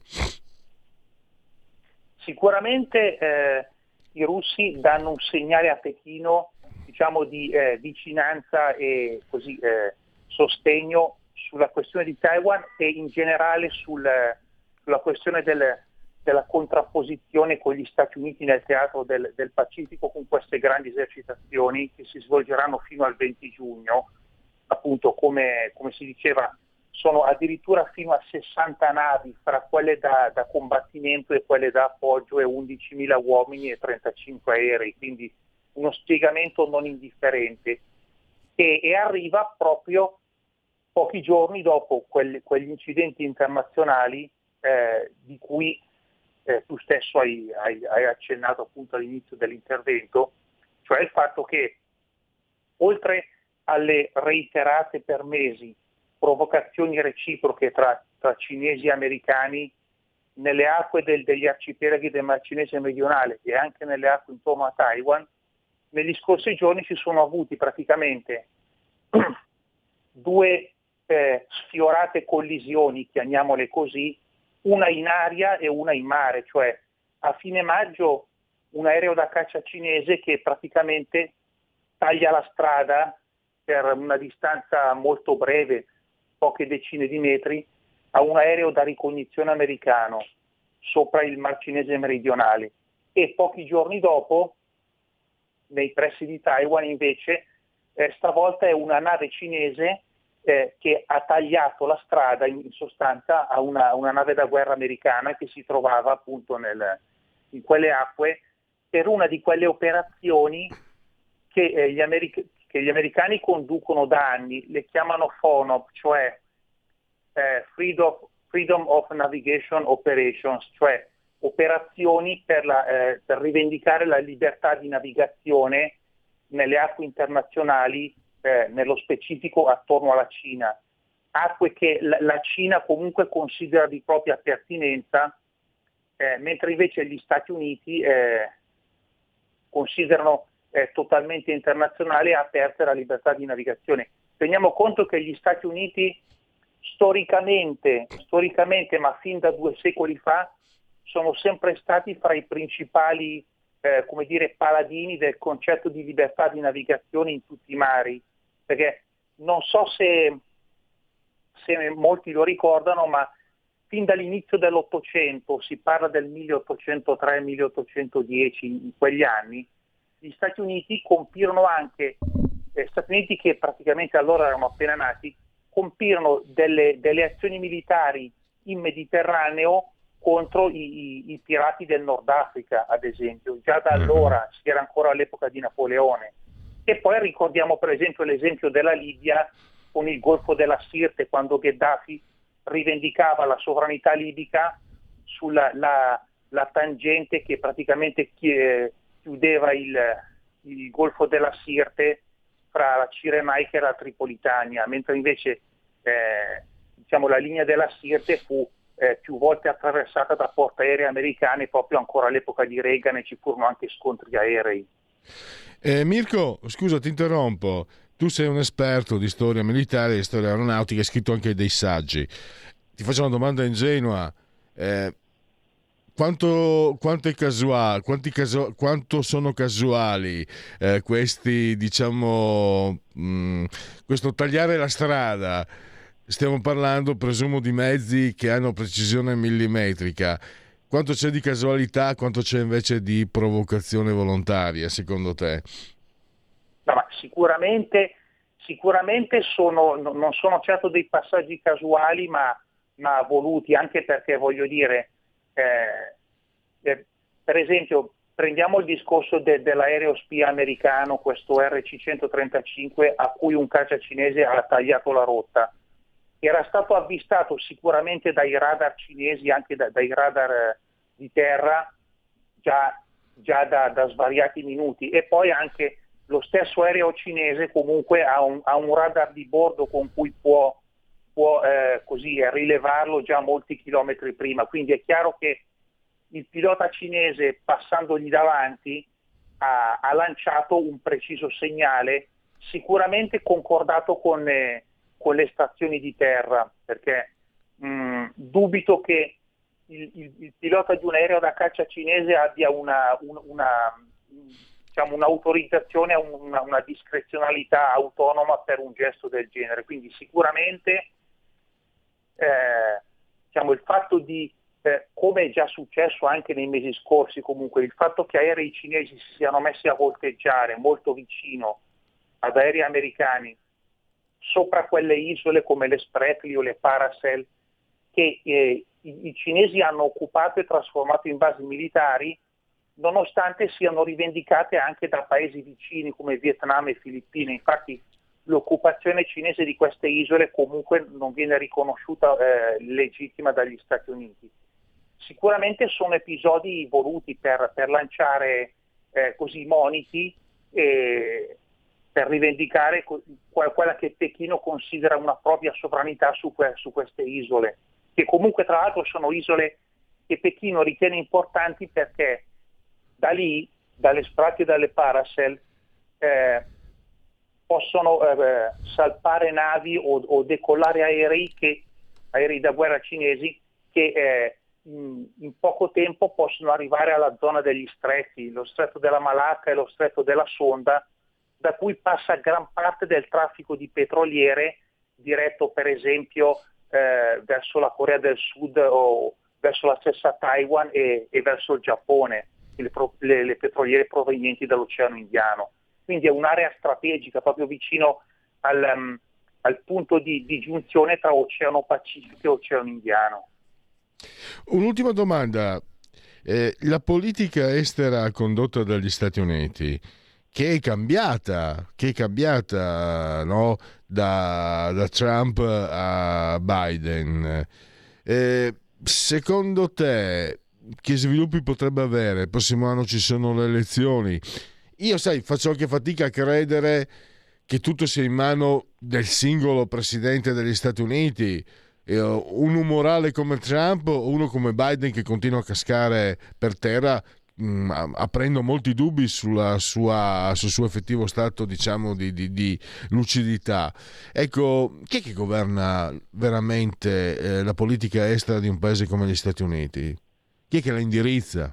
Sicuramente eh, i russi danno un segnale a Pechino, diciamo, di eh, vicinanza e così eh, sostegno sulla questione di Taiwan e in generale sul, sulla questione del, della contrapposizione con gli Stati Uniti nel teatro del, del Pacifico, con queste grandi esercitazioni che si svolgeranno fino al venti giugno. Appunto, come, come si diceva, sono addirittura fino a sessanta navi, fra quelle da, da combattimento e quelle da appoggio, e undicimila uomini e trentacinque aerei, quindi uno spiegamento non indifferente, e, e arriva proprio pochi giorni dopo quelli, quegli incidenti internazionali eh, di cui eh, tu stesso hai, hai, hai accennato appunto all'inizio dell'intervento, cioè il fatto che oltre alle reiterate per mesi provocazioni reciproche tra, tra cinesi e americani nelle acque del, degli arcipelaghi del Mar Cinese meridionale e anche nelle acque intorno a Taiwan, negli scorsi giorni si sono avuti praticamente due eh, sfiorate collisioni, chiamiamole così, una in aria e una in mare, cioè a fine maggio un aereo da caccia cinese che praticamente taglia la strada per una distanza molto breve, poche decine di metri, a un aereo da ricognizione americano sopra il Mar Cinese meridionale, e pochi giorni dopo nei pressi di Taiwan invece eh, stavolta è una nave cinese eh, che ha tagliato la strada in, in sostanza a una, una nave da guerra americana che si trovava appunto nel, in quelle acque per una di quelle operazioni che, eh, gli, americ- che gli americani conducono da anni, le chiamano FONOP, cioè eh, Freedom, Freedom of Navigation Operations, cioè operazioni per, la, eh, per rivendicare la libertà di navigazione nelle acque internazionali, eh, nello specifico attorno alla Cina, acque che la, la Cina comunque considera di propria pertinenza, eh, mentre invece gli Stati Uniti eh, considerano eh, totalmente internazionale e aperte alla libertà di navigazione. Teniamo conto che gli Stati Uniti storicamente, storicamente, ma fin da due secoli fa, sono sempre stati fra i principali eh, come dire, paladini del concetto di libertà di navigazione in tutti i mari, perché non so se, se molti lo ricordano, ma fin dall'inizio dell'Ottocento, si parla del milleottocentotre milleottocentodieci, in quegli anni, gli Stati Uniti compirono anche, eh, Stati Uniti che praticamente allora erano appena nati, compirono delle, delle azioni militari in Mediterraneo contro i, i, i pirati del Nord Africa, ad esempio. Già da allora, si era ancora all'epoca di Napoleone. E poi ricordiamo per esempio l'esempio della Libia con il Golfo della Sirte, quando Gheddafi rivendicava la sovranità libica sulla la, la tangente che praticamente chiudeva il, il Golfo della Sirte fra la Cirenaica e la Tripolitania, mentre invece eh, diciamo, la linea della Sirte fu eh, più volte attraversata da portaerei americane, proprio ancora all'epoca di Reagan, e ci furono anche scontri aerei. Eh, Mirko, scusa, ti interrompo. Tu sei un esperto di storia militare e di storia aeronautica, hai scritto anche dei saggi. Ti faccio una domanda ingenua. Eh, quanto, quanto, è casuale, quanti caso, quanto sono casuali eh, questi, diciamo, mh, questo tagliare la strada? Stiamo parlando, presumo, di mezzi che hanno precisione millimetrica. Quanto c'è di casualità, quanto c'è invece di provocazione volontaria, secondo te? No, ma sicuramente, sicuramente sono, non sono certo dei passaggi casuali, ma, ma voluti, anche perché voglio dire, eh, eh, per esempio, prendiamo il discorso de, dell'aereo spia americano, questo R C centotrentacinque, a cui un caccia cinese ha tagliato la rotta. Era stato avvistato sicuramente dai radar cinesi, anche da, dai radar eh, di terra, già, già da, da svariati minuti, e poi anche lo stesso aereo cinese comunque ha un, ha un radar di bordo con cui può, può eh, così rilevarlo già molti chilometri prima, quindi è chiaro che il pilota cinese, passandogli davanti, ha, ha lanciato un preciso segnale, sicuramente concordato con, eh, con le stazioni di terra, perché mh, dubito che il, il, il pilota di un aereo da caccia cinese abbia una, una, una diciamo, un'autorizzazione, una, una discrezionalità autonoma per un gesto del genere. Quindi sicuramente eh, diciamo, il fatto di, eh, come è già successo anche nei mesi scorsi, comunque il fatto che aerei cinesi si siano messi a volteggiare molto vicino ad aerei americani sopra quelle isole come le Spratly o le Paracel, che eh, i, i cinesi hanno occupato e trasformato in basi militari, nonostante siano rivendicate anche da paesi vicini come Vietnam e Filippine. Infatti l'occupazione cinese di queste isole comunque non viene riconosciuta eh, legittima dagli Stati Uniti. Sicuramente sono episodi voluti per, per lanciare eh, così moniti e per rivendicare quella che Pechino considera una propria sovranità su, que- su queste isole, che comunque tra l'altro sono isole che Pechino ritiene importanti perché da lì, dalle Spratly e dalle Paracel, eh, possono eh, salpare navi o, o decollare aerei, che, aerei da guerra cinesi che eh, in, in poco tempo possono arrivare alla zona degli stretti, lo stretto della Malacca e lo stretto della Sonda, da cui passa gran parte del traffico di petroliere diretto per esempio eh, verso la Corea del Sud o verso la stessa Taiwan e, e verso il Giappone, le, le, le petroliere provenienti dall'Oceano Indiano. Quindi è un'area strategica proprio vicino al, um, al punto di, di giunzione tra Oceano Pacifico e Oceano Indiano. Un'ultima domanda. Eh, la politica estera condotta dagli Stati Uniti, che è cambiata, che è cambiata no? da, da Trump a Biden, eh, secondo te che sviluppi potrebbe avere? Il prossimo anno ci sono le elezioni. Io, sai, faccio anche fatica a credere che tutto sia in mano del singolo presidente degli Stati Uniti, eh, uno morale come Trump o uno come Biden che continua a cascare per terra, mh, aprendo molti dubbi sulla sua, sul suo effettivo stato, diciamo, di, di, di lucidità. Ecco, chi è che governa veramente eh, la politica estera di un paese come gli Stati Uniti? Chi è che la indirizza?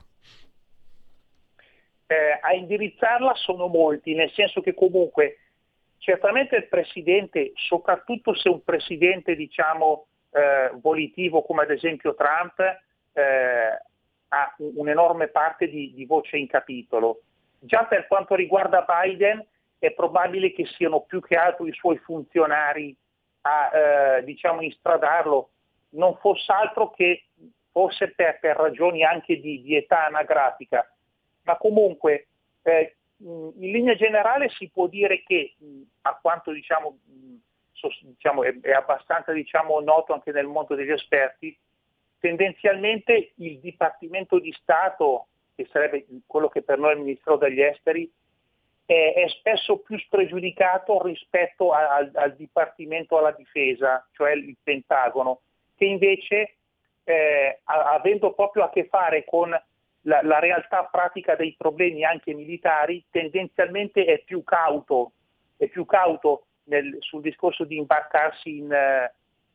Eh, a indirizzarla sono molti, nel senso che comunque certamente il presidente, soprattutto se un presidente diciamo eh, volitivo come ad esempio Trump, eh, ha un'enorme parte di, di voce in capitolo. Già per quanto riguarda Biden è probabile che siano più che altro i suoi funzionari a eh, diciamo instradarlo, non fosse altro che forse per, per ragioni anche di, di età anagrafica. Ma comunque eh, in linea generale si può dire che mh, a quanto diciamo, mh, so, diciamo è, è abbastanza diciamo, noto anche nel mondo degli esperti, tendenzialmente il Dipartimento di Stato, che sarebbe quello che per noi è il Ministero degli Esteri, è, è spesso più spregiudicato rispetto a, al, al Dipartimento alla Difesa, cioè il Pentagono, che invece eh, avendo proprio a che fare con La, la realtà pratica dei problemi anche militari, tendenzialmente è più cauto, è più cauto nel, sul discorso di imbarcarsi in eh,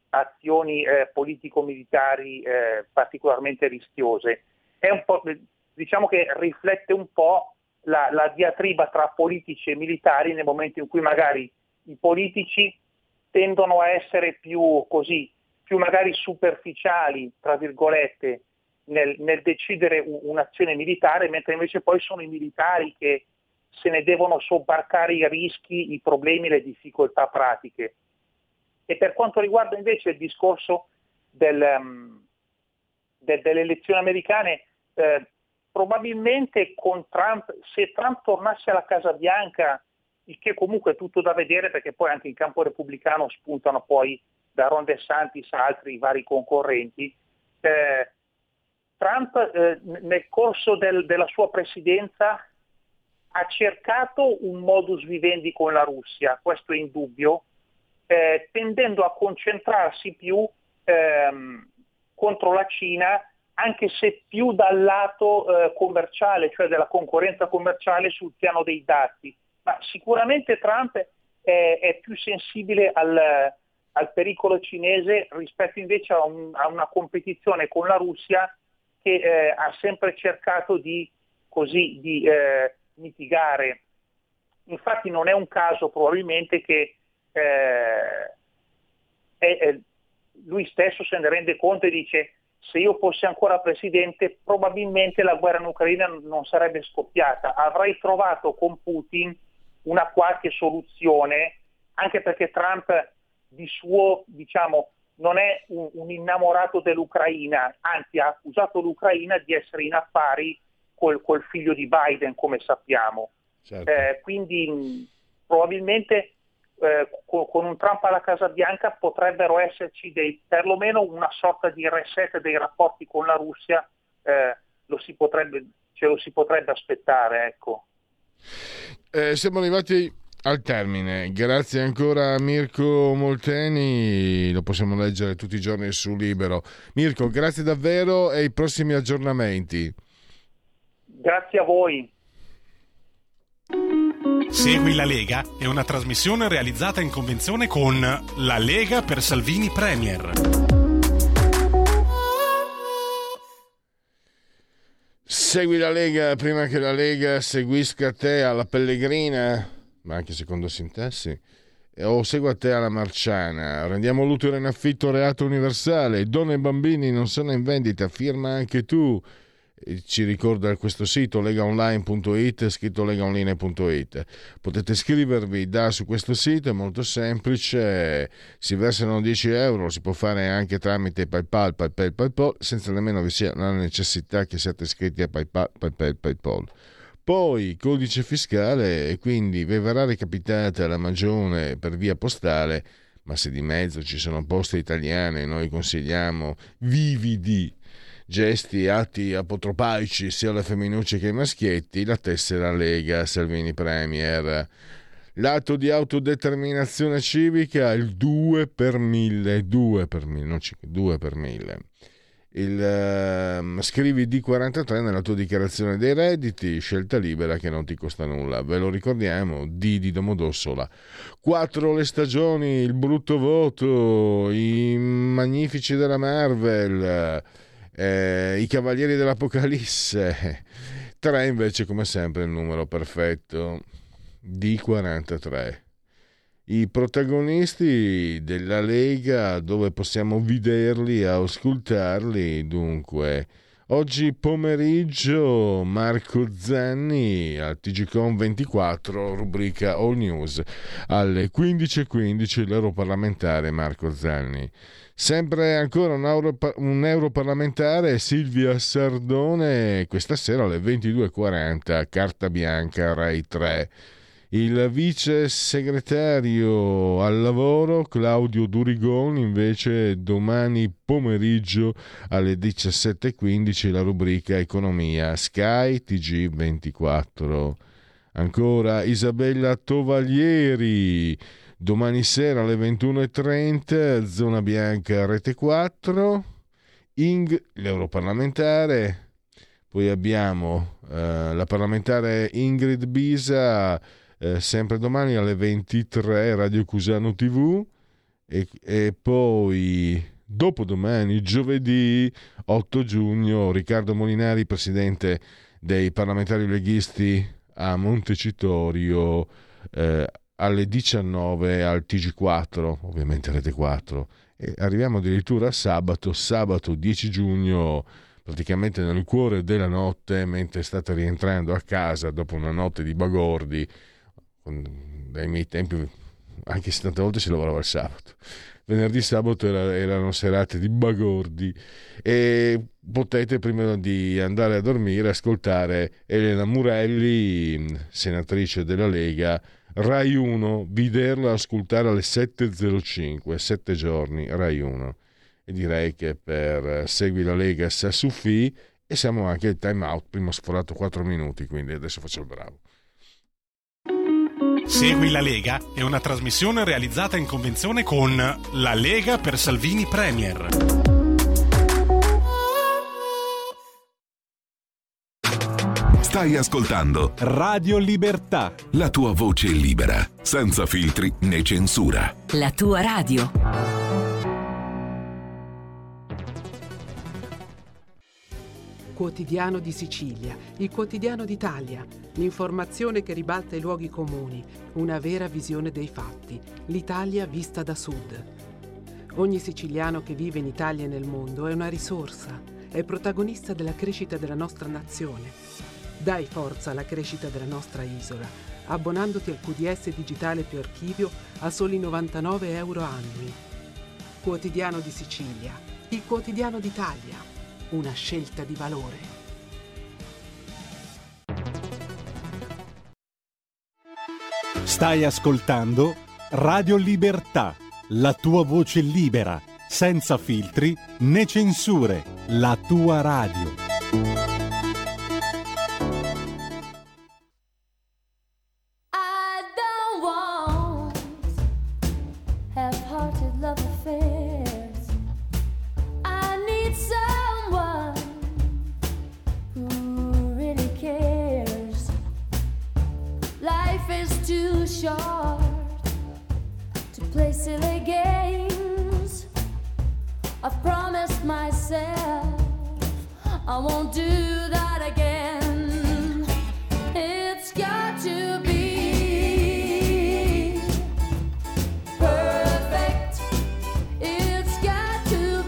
azioni eh, politico-militari eh, particolarmente rischiose. È un po', diciamo che riflette un po' la, la diatriba tra politici e militari nel momento in cui magari i politici tendono a essere più così, più magari superficiali, tra virgolette, Nel, nel decidere un'azione militare, mentre invece poi sono i militari che se ne devono sobbarcare i rischi, i problemi, le difficoltà pratiche. E per quanto riguarda invece il discorso del, um, de, delle elezioni americane, eh, probabilmente con Trump, se Trump tornasse alla Casa Bianca, il che comunque è tutto da vedere perché poi anche in campo repubblicano spuntano poi da Ron DeSantis a altri vari concorrenti, eh, Trump eh, nel corso del, della sua presidenza ha cercato un modus vivendi con la Russia, questo è indubbio, eh, tendendo a concentrarsi più ehm, contro la Cina, anche se più dal lato eh, commerciale, cioè della concorrenza commerciale sul piano dei dazi. Ma sicuramente Trump è, è più sensibile al, al pericolo cinese rispetto invece a, un, a una competizione con la Russia che eh, ha sempre cercato di, così, di eh, mitigare. Infatti non è un caso probabilmente che eh, è, è, lui stesso se ne rende conto e dice: se io fossi ancora presidente probabilmente la guerra in Ucraina non sarebbe scoppiata, avrei trovato con Putin una qualche soluzione, anche perché Trump di suo diciamo non è un, un innamorato dell'Ucraina, anzi ha accusato l'Ucraina di essere in affari col, col figlio di Biden, come sappiamo. Certo. Eh, quindi mh, probabilmente eh, con, con un Trump alla Casa Bianca potrebbero esserci dei, perlomeno una sorta di reset dei rapporti con la Russia, eh, lo si potrebbe, ce lo si potrebbe aspettare, ecco. Eh, siamo arrivati al termine. Grazie ancora a Mirko Molteni, lo possiamo leggere tutti i giorni su Libero. Mirko, grazie davvero e ai prossimi aggiornamenti. Grazie a voi. Segui la Lega è una trasmissione realizzata in convenzione con La Lega per Salvini Premier. Segui la Lega prima che la Lega seguisca te alla Pellegrina, ma anche secondo Sintassi, o segua te alla Marciana. Rendiamo l'utero in affitto reato universale, donne e bambini non sono in vendita, firma anche tu. Ci ricorda questo sito legaonline punto it, scritto legaonline punto it. Potete iscrivervi da su questo sito, è molto semplice, si versano dieci euro, si può fare anche tramite PayPal, PayPal, PayPal, senza nemmeno vi sia la necessità che siate iscritti a PayPal, PayPal, PayPal. Poi codice fiscale, e quindi vi verrà recapitata la magione per via postale, ma se di mezzo ci sono poste italiane, noi consigliamo vividi gesti, atti apotropaici sia alle femminucce che ai maschietti, la tessera Lega Salvini Premier. L'atto di autodeterminazione civica, il due per mille, due per mille, non due per mille. Il, uh, scrivi D quarantatré nella tua dichiarazione dei redditi, scelta libera che non ti costa nulla, ve lo ricordiamo, D di Domodossola. Quattro le stagioni, il brutto voto, i magnifici della Marvel, Eh, i Cavalieri dell'Apocalisse. Tre invece, come sempre, il numero perfetto, D quarantatré. I protagonisti della Lega, dove possiamo vederli, ascoltarli. Dunque, oggi pomeriggio Marco Zanni al T G Com ventiquattro, rubrica All News, alle quindici e quindici l'europarlamentare Marco Zanni. Sempre ancora un, euro, un europarlamentare, Silvia Sardone, questa sera alle ventidue e quaranta, carta bianca Rai tre. Il vice segretario al lavoro Claudio Durigon invece domani pomeriggio alle diciassette e quindici la rubrica Economia Sky T G ventiquattro. Ancora Isabella Tovaglieri domani sera alle ventuno e trenta, Zona Bianca Rete quattro, Ing, l'europarlamentare. Poi abbiamo eh, la parlamentare Ingrid Bisa, eh, sempre domani alle ventitré, Radio Cusano tivù. E, e poi dopodomani, giovedì otto giugno, Riccardo Molinari, presidente dei parlamentari leghisti a Montecitorio, eh, alle diciannove al T G quattro, ovviamente Rete quattro, e arriviamo addirittura a sabato, sabato dieci giugno, praticamente nel cuore della notte, mentre state rientrando a casa dopo una notte di bagordi. Dai miei tempi, anche se tante volte si lavorava il sabato, venerdì sabato era, erano serate di bagordi, e potete prima di andare a dormire ascoltare Elena Murelli, senatrice della Lega, Rai uno, vederla, ascoltare alle sette e zero cinque, sette giorni, Rai uno. E direi che per Segui la Lega sta su F I, e siamo anche al time out, prima ho sforato quattro minuti, quindi adesso faccio il bravo. Segui la Lega è una trasmissione realizzata in convenzione con La Lega per Salvini Premier. Stai ascoltando Radio Libertà, la tua voce libera, senza filtri né censura. La tua radio. Quotidiano di Sicilia, il quotidiano d'Italia, l'informazione che ribalta i luoghi comuni, una vera visione dei fatti, l'Italia vista da sud. Ogni siciliano che vive in Italia e nel mondo è una risorsa, è protagonista della crescita della nostra nazione. Dai forza alla crescita della nostra isola, abbonandoti al Q D S digitale più archivio a soli novantanove euro annui. Quotidiano di Sicilia, il quotidiano d'Italia, una scelta di valore. Stai ascoltando Radio Libertà, la tua voce libera, senza filtri né censure, la tua radio. I don't want half-hearted love affairs. I need someone who really cares. Life is too short to play silly games. I've promised myself I won't do that again. It's got to be perfect. It's got to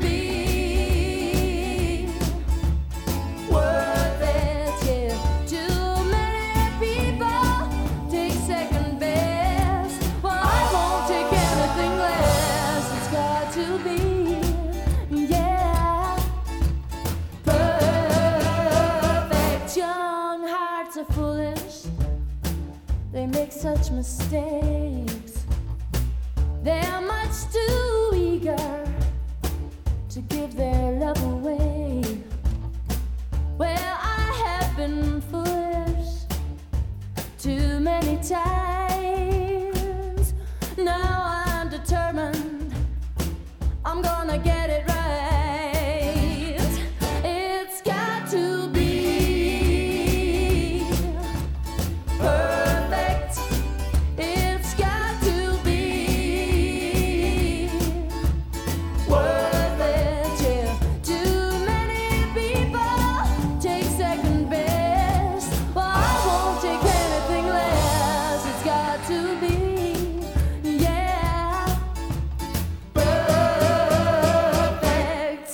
be worth it. Yeah. Too many people take second best. Well, I won't take anything less. It's got to be, yeah, perfect. Young hearts are foolish. They make such mistakes. They're much too eager to give their love away. Well, I have been foolish too many times. Now I'm determined I'm gonna get it right. It's got to be perfect. It's got to be worth it. Yeah. Too many people take second best. Well, I won't take anything less. It's got to be, yeah, perfect.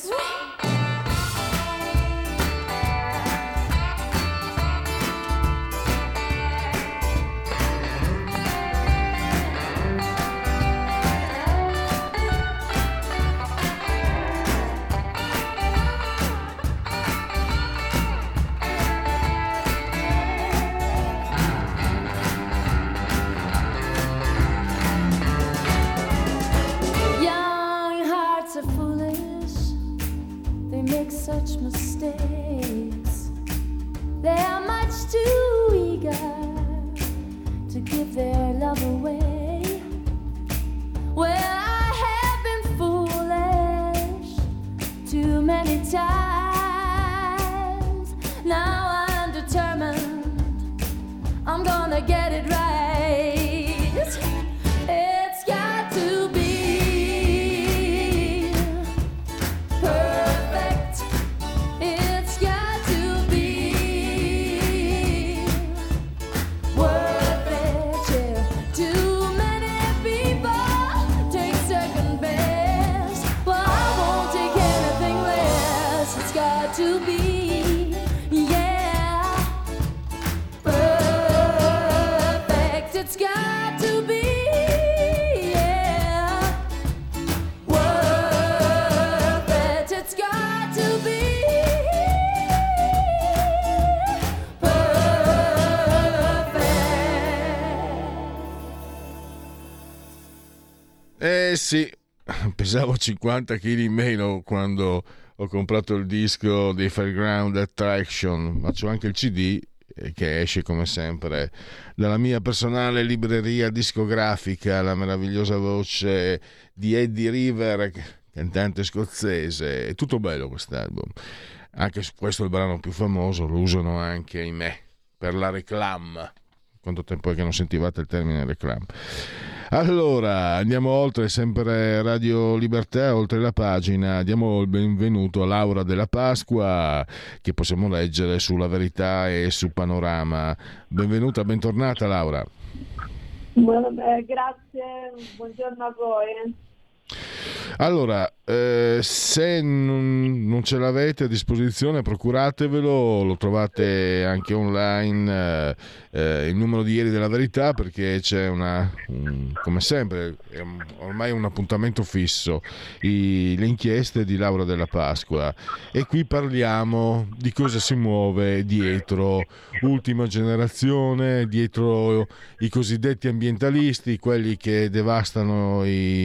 Young hearts are foolish. They make such mistakes. They are much too eager to give their love away. Well, I have been foolish too many times. Now I'm determined I'm gonna get it right. It's got to be perfect. It's got to be worth it. Yeah. Too many people take second best. Well, I won't take anything less. It's got to be, yeah, perfect. It's got to be, yeah, worth it. It's got to be perfect. Eh sì, pesavo cinquanta chili in meno quando ho comprato il disco dei Fairground Attraction, ma c'ho anche il C D eh, che esce come sempre dalla mia personale libreria discografica, la meravigliosa voce di Eddie River, cantante scozzese. È tutto bello quest'album, anche se questo è il brano più famoso, lo usano anche in me per la reclam. Quanto tempo è che non sentivate il termine reclam? Allora, andiamo oltre, sempre Radio Libertà, oltre la pagina. Diamo il benvenuto a Laura Della Pasqua, che possiamo leggere sulla Verità e su Panorama. Benvenuta, bentornata Laura. Buon, eh, grazie, buongiorno a voi. Allora, eh, se non, non ce l'avete a disposizione, procuratevelo, lo trovate anche online, eh, eh, il numero di ieri della verità, perché c'è una, un, come sempre, è un, ormai un appuntamento fisso, i, le inchieste di Laura Della Pasqua, e qui parliamo di cosa si muove dietro Ultima Generazione, dietro i cosiddetti ambientalisti, quelli che devastano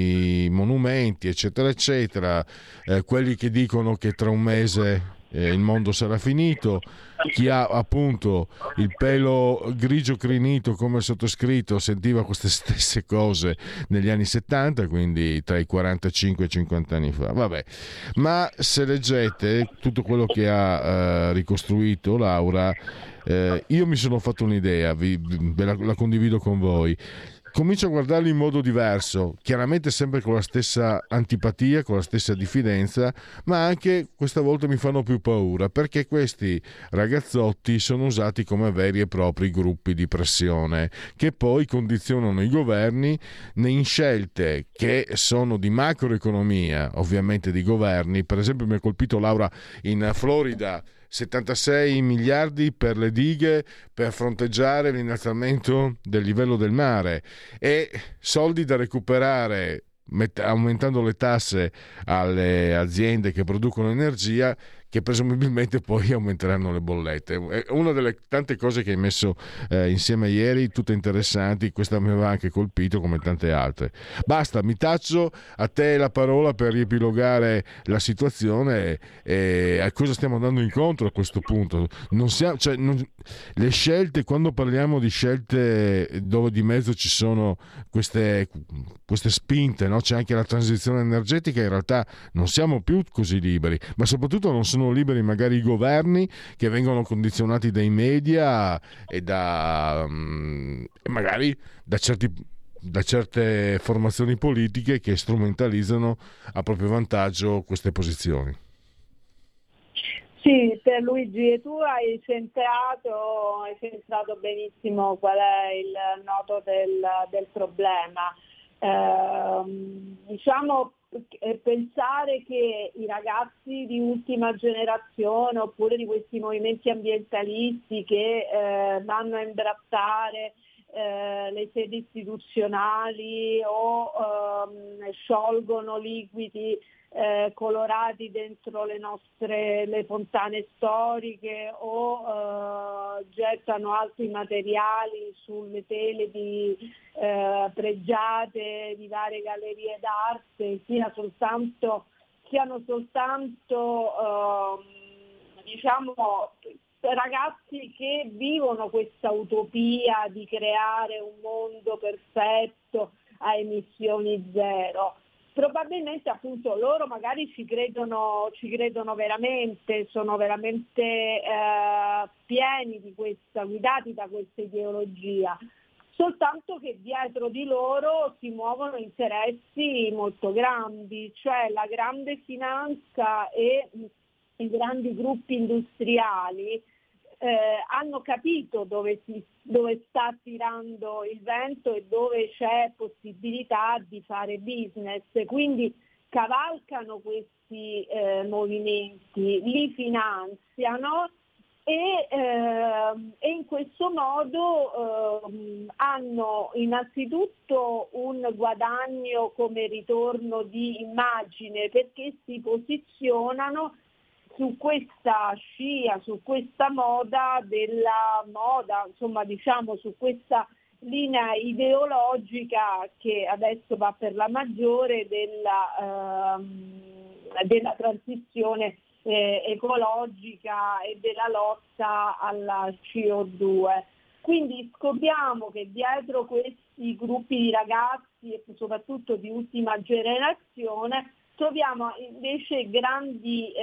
i monumenti, eccetera eccetera, eh, quelli che dicono che tra un mese eh, il mondo sarà finito, chi ha appunto il pelo grigio crinito come il sottoscritto sentiva queste stesse cose negli anni settanta, quindi tra i quarantacinque e i cinquanta anni fa. Vabbè, ma se leggete tutto quello che ha eh, ricostruito Laura, eh, io mi sono fatto un'idea, vi, ve la, la condivido con voi. Comincio a guardarli in modo diverso, chiaramente sempre con la stessa antipatia, con la stessa diffidenza, ma anche questa volta mi fanno più paura, perché questi ragazzotti sono usati come veri e propri gruppi di pressione, che poi condizionano i governi in scelte che sono di macroeconomia, ovviamente di governi. Per esempio mi ha colpito Laura in Florida, settantasei miliardi per le dighe per fronteggiare l'innalzamento del livello del mare, e soldi da recuperare met- aumentando le tasse alle aziende che producono energia, che presumibilmente poi aumenteranno le bollette. È una delle tante cose che hai messo eh, insieme ieri, tutte interessanti. Questa mi aveva anche colpito come tante altre. Basta, mi taccio, a te la parola per riepilogare la situazione e, e a cosa stiamo andando incontro a questo punto. Non siamo, cioè, non, le scelte, quando parliamo di scelte dove di mezzo ci sono queste, queste spinte, no? C'è anche la transizione energetica, in realtà non siamo più così liberi, ma soprattutto non sono liberi magari i governi, che vengono condizionati dai media e da magari da certi da certe formazioni politiche che strumentalizzano a proprio vantaggio queste posizioni. Sì, per Luigi, tu hai centrato, hai centrato benissimo qual è il nodo del, del problema. Eh, diciamo pensare che i ragazzi di ultima generazione oppure di questi movimenti ambientalisti che eh, vanno a imbrattare eh, le sedi istituzionali o ehm, sciolgono liquidi eh, colorati dentro le nostre le fontane storiche o eh, gettano altri materiali sulle tele di eh, pregiate di varie gallerie d'arte, sia soltanto siano soltanto eh, diciamo ragazzi che vivono questa utopia di creare un mondo perfetto a emissioni zero. Probabilmente appunto loro magari ci credono, ci credono veramente, sono veramente eh, pieni di questa, guidati da questa ideologia, soltanto che dietro di loro si muovono interessi molto grandi, cioè la grande finanza e i grandi gruppi industriali eh, hanno capito dove, si, dove sta tirando il vento e dove c'è possibilità di fare business, quindi cavalcano questi eh, movimenti, li finanziano e, eh, e in questo modo eh, hanno innanzitutto un guadagno come ritorno di immagine, perché si posizionano su questa scia, su questa moda della moda, insomma diciamo su questa linea ideologica che adesso va per la maggiore della, ehm, della transizione eh, ecologica e della lotta alla C O due. Quindi scopriamo che dietro questi gruppi di ragazzi e soprattutto di ultima generazione troviamo invece grandi,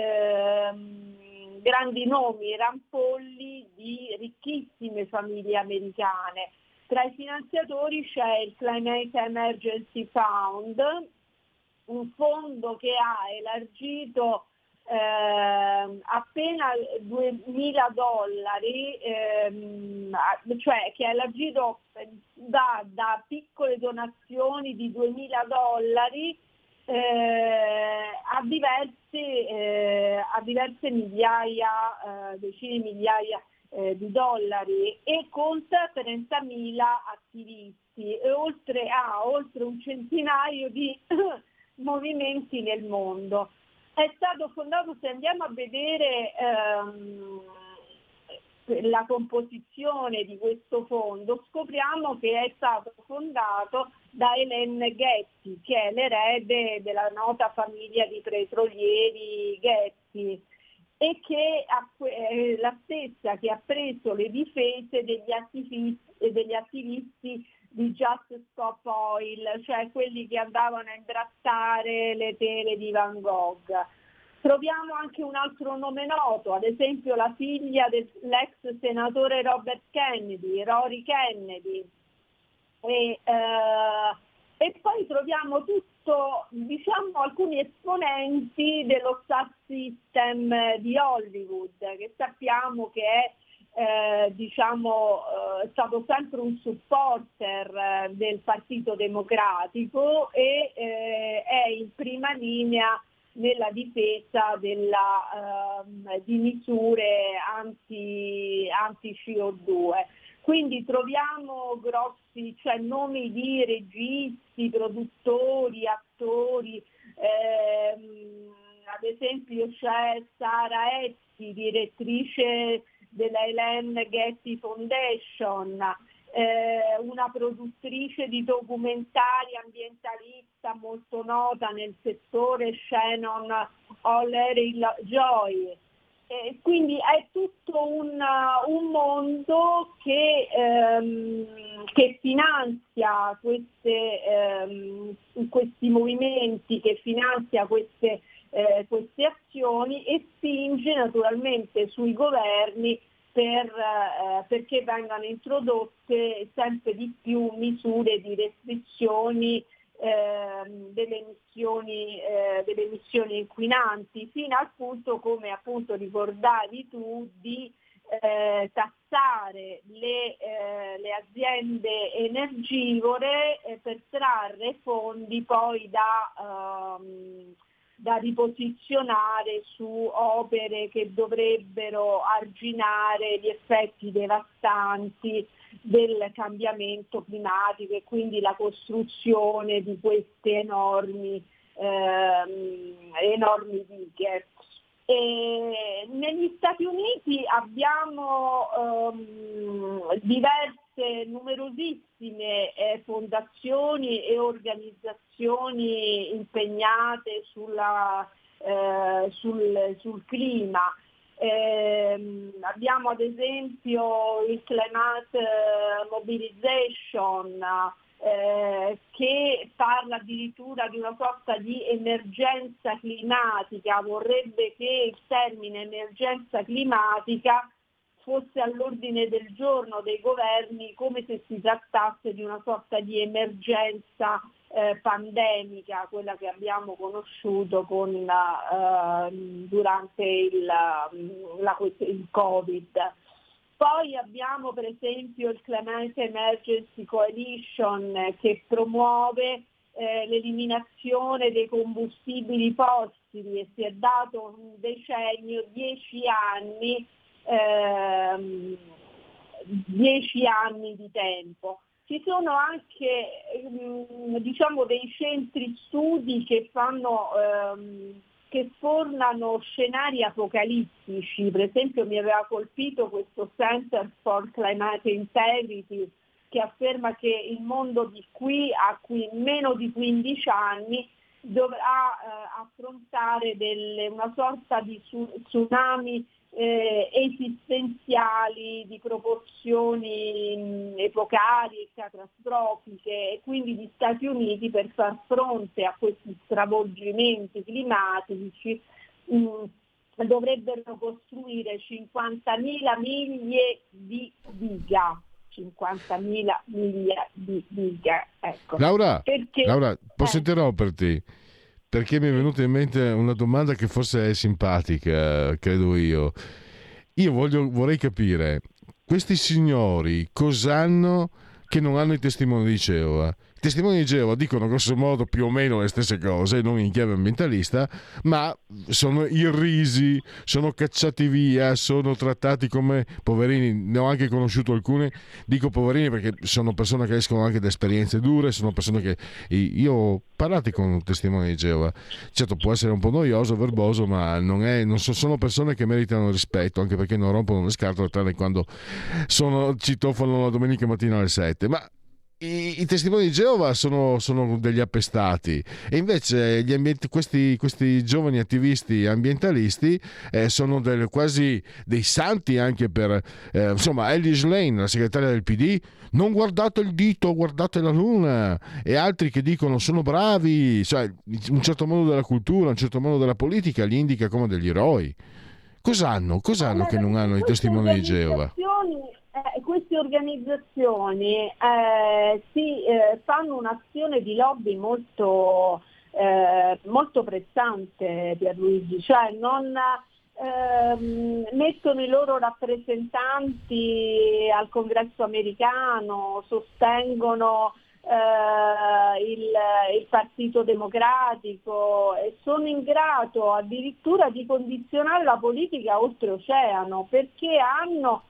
ehm, grandi nomi, rampolli di ricchissime famiglie americane. Tra i finanziatori c'è il Climate Emergency Fund, un fondo che ha elargito eh, appena duemila dollari, ehm, cioè che ha elargito da, da piccole donazioni di duemila dollari eh, a, diverse, eh, a diverse migliaia, eh, decine di migliaia eh, di dollari e conta trentamila attivisti e oltre a oltre un centinaio di movimenti nel mondo. È stato fondato, se andiamo a vedere ehm, la composizione di questo fondo, scopriamo che è stato fondato da Hélène Getty, che è l'erede della nota famiglia di petrolieri Getty, e che è la stessa che ha preso le difese degli attivisti, degli attivisti di Just Stop Oil, cioè quelli che andavano a imbrattare le tele di Van Gogh. Troviamo anche un altro nome noto, ad esempio la figlia dell'ex senatore Robert Kennedy, Rory Kennedy, e, eh, e poi troviamo tutto, diciamo, alcuni esponenti dello Star System di Hollywood, che sappiamo che è Eh, diciamo eh, è stato sempre un supporter eh, del Partito Democratico e eh, è in prima linea nella difesa della, eh, di misure anti, anti C O due. Quindi troviamo grossi, cioè nomi di registi, produttori, attori, ehm, ad esempio c'è Sara Essi, direttrice della Hélène Getty Foundation, eh, una produttrice di documentari ambientalista molto nota nel settore, Shannon O'Leary-Joy. Eh, quindi è tutto un, un mondo che, ehm, che finanzia queste, ehm, questi movimenti, che finanzia queste Eh, queste azioni e spinge naturalmente sui governi per, eh, perché vengano introdotte sempre di più misure di restrizioni eh, delle, emissioni, eh, delle emissioni inquinanti, fino al punto, come appunto ricordavi tu, di eh, tassare le, eh, le aziende energivore eh, per trarre fondi poi da ehm, da riposizionare su opere che dovrebbero arginare gli effetti devastanti del cambiamento climatico e quindi la costruzione di queste enormi, ehm, enormi dighe. E negli Stati Uniti abbiamo ehm, diverse, numerosissime eh, fondazioni e organizzazioni impegnate sulla, eh, sul, sul clima. Eh, abbiamo ad esempio il Climate Mobilization, Eh, che parla addirittura di una sorta di emergenza climatica, vorrebbe che il termine emergenza climatica fosse all'ordine del giorno dei governi come se si trattasse di una sorta di emergenza eh, pandemica, quella che abbiamo conosciuto con, eh, durante il, la, il Covid. Poi abbiamo per esempio il Climate Emergency Coalition che promuove eh, l'eliminazione dei combustibili fossili e si è dato un decennio, dieci anni, ehm, dieci anni di tempo. Ci sono anche ehm, diciamo dei centri studi che fanno ehm, che sfornano scenari apocalittici. Per esempio mi aveva colpito questo Center for Climate Integrity che afferma che il mondo di qui a qui meno di quindici anni dovrà eh, affrontare delle, una sorta di tsunami eh, esistenziali di proporzioni mh, epocali e catastrofiche, e quindi gli Stati Uniti, per far fronte a questi stravolgimenti climatici, mh, dovrebbero costruire cinquantamila miglia di diga. cinquantamila miglia di diga. Ecco. Laura, Perché, Laura, posso eh. interromperti? Perché mi è venuta in mente una domanda che forse è simpatica, credo io. Io voglio, vorrei capire, questi signori cos'hanno che non hanno i testimoni di Geova? I testimoni di Geova dicono grosso modo più o meno le stesse cose, non in chiave ambientalista, ma sono irrisi, sono cacciati via, sono trattati come poverini. Ne ho anche conosciuto alcune, dico poverini perché sono persone che escono anche da esperienze dure, sono persone che io ho parlato con testimoni di Geova. Certo, può essere un po' noioso, verboso, ma non è, non so, sono persone che meritano rispetto, anche perché non rompono le scatole tranne quando sono, citofonano la domenica mattina alle sette. Ma i, i testimoni di Geova sono, sono degli appestati, e invece gli ambienti, questi, questi giovani attivisti ambientalisti eh, sono del, quasi dei santi anche per eh, insomma Ellie Schlein, la segretaria del P D, non guardate il dito, guardate la luna, e altri che dicono sono bravi, cioè un certo modo della cultura, un certo modo della politica li indica come degli eroi. Cos'hanno? Cos'hanno che non hanno i testimoni di Geova? Eh, queste organizzazioni eh, si eh, fanno un'azione di lobby molto, eh, molto pressante, Pierluigi, cioè non ehm, mettono i loro rappresentanti al Congresso americano, sostengono eh, il, il Partito Democratico e sono in grado addirittura di condizionare la politica oltreoceano, perché hanno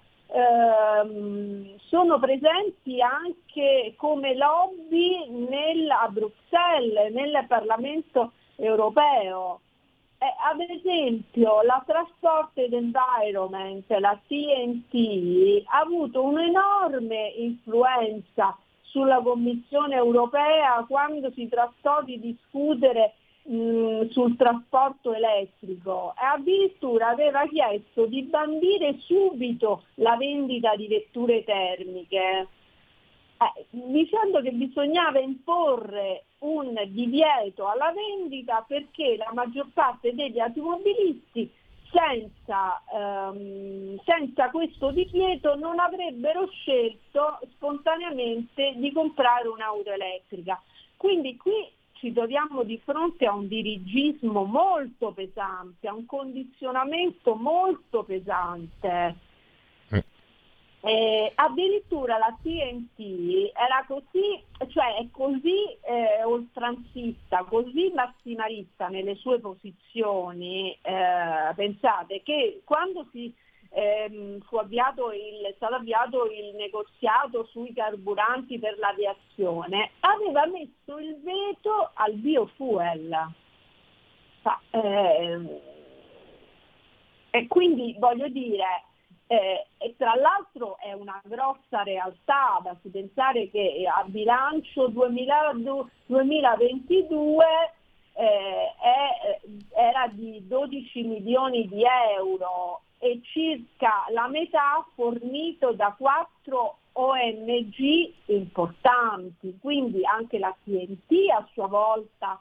Ehm, sono presenti anche come lobby nel, a Bruxelles, nel Parlamento europeo. Eh, ad esempio la Transport and Environment, la T N T, ha avuto un'enorme influenza sulla Commissione europea quando si trattò di discutere sul trasporto elettrico, e addirittura aveva chiesto di bandire subito la vendita di vetture termiche, eh, dicendo che bisognava imporre un divieto alla vendita perché la maggior parte degli automobilisti senza, ehm, senza questo divieto non avrebbero scelto spontaneamente di comprare un'auto elettrica. Quindi qui ci troviamo di fronte a un dirigismo molto pesante, a un condizionamento molto pesante. Eh. Eh, addirittura la T N T era così, cioè è così eh, oltranzista, così massimalista nelle sue posizioni, eh, pensate che quando si Ehm, fu avviato il, è stato avviato il negoziato sui carburanti per l'aviazione, aveva messo il veto al biofuel. Fa, ehm, e quindi voglio dire, eh, e tra l'altro è una grossa realtà, basti pensare che a bilancio duemila, duemilaventidue eh, è, era di dodici milioni di euro e circa la metà fornito da quattro O N G importanti, quindi anche la T N T a sua volta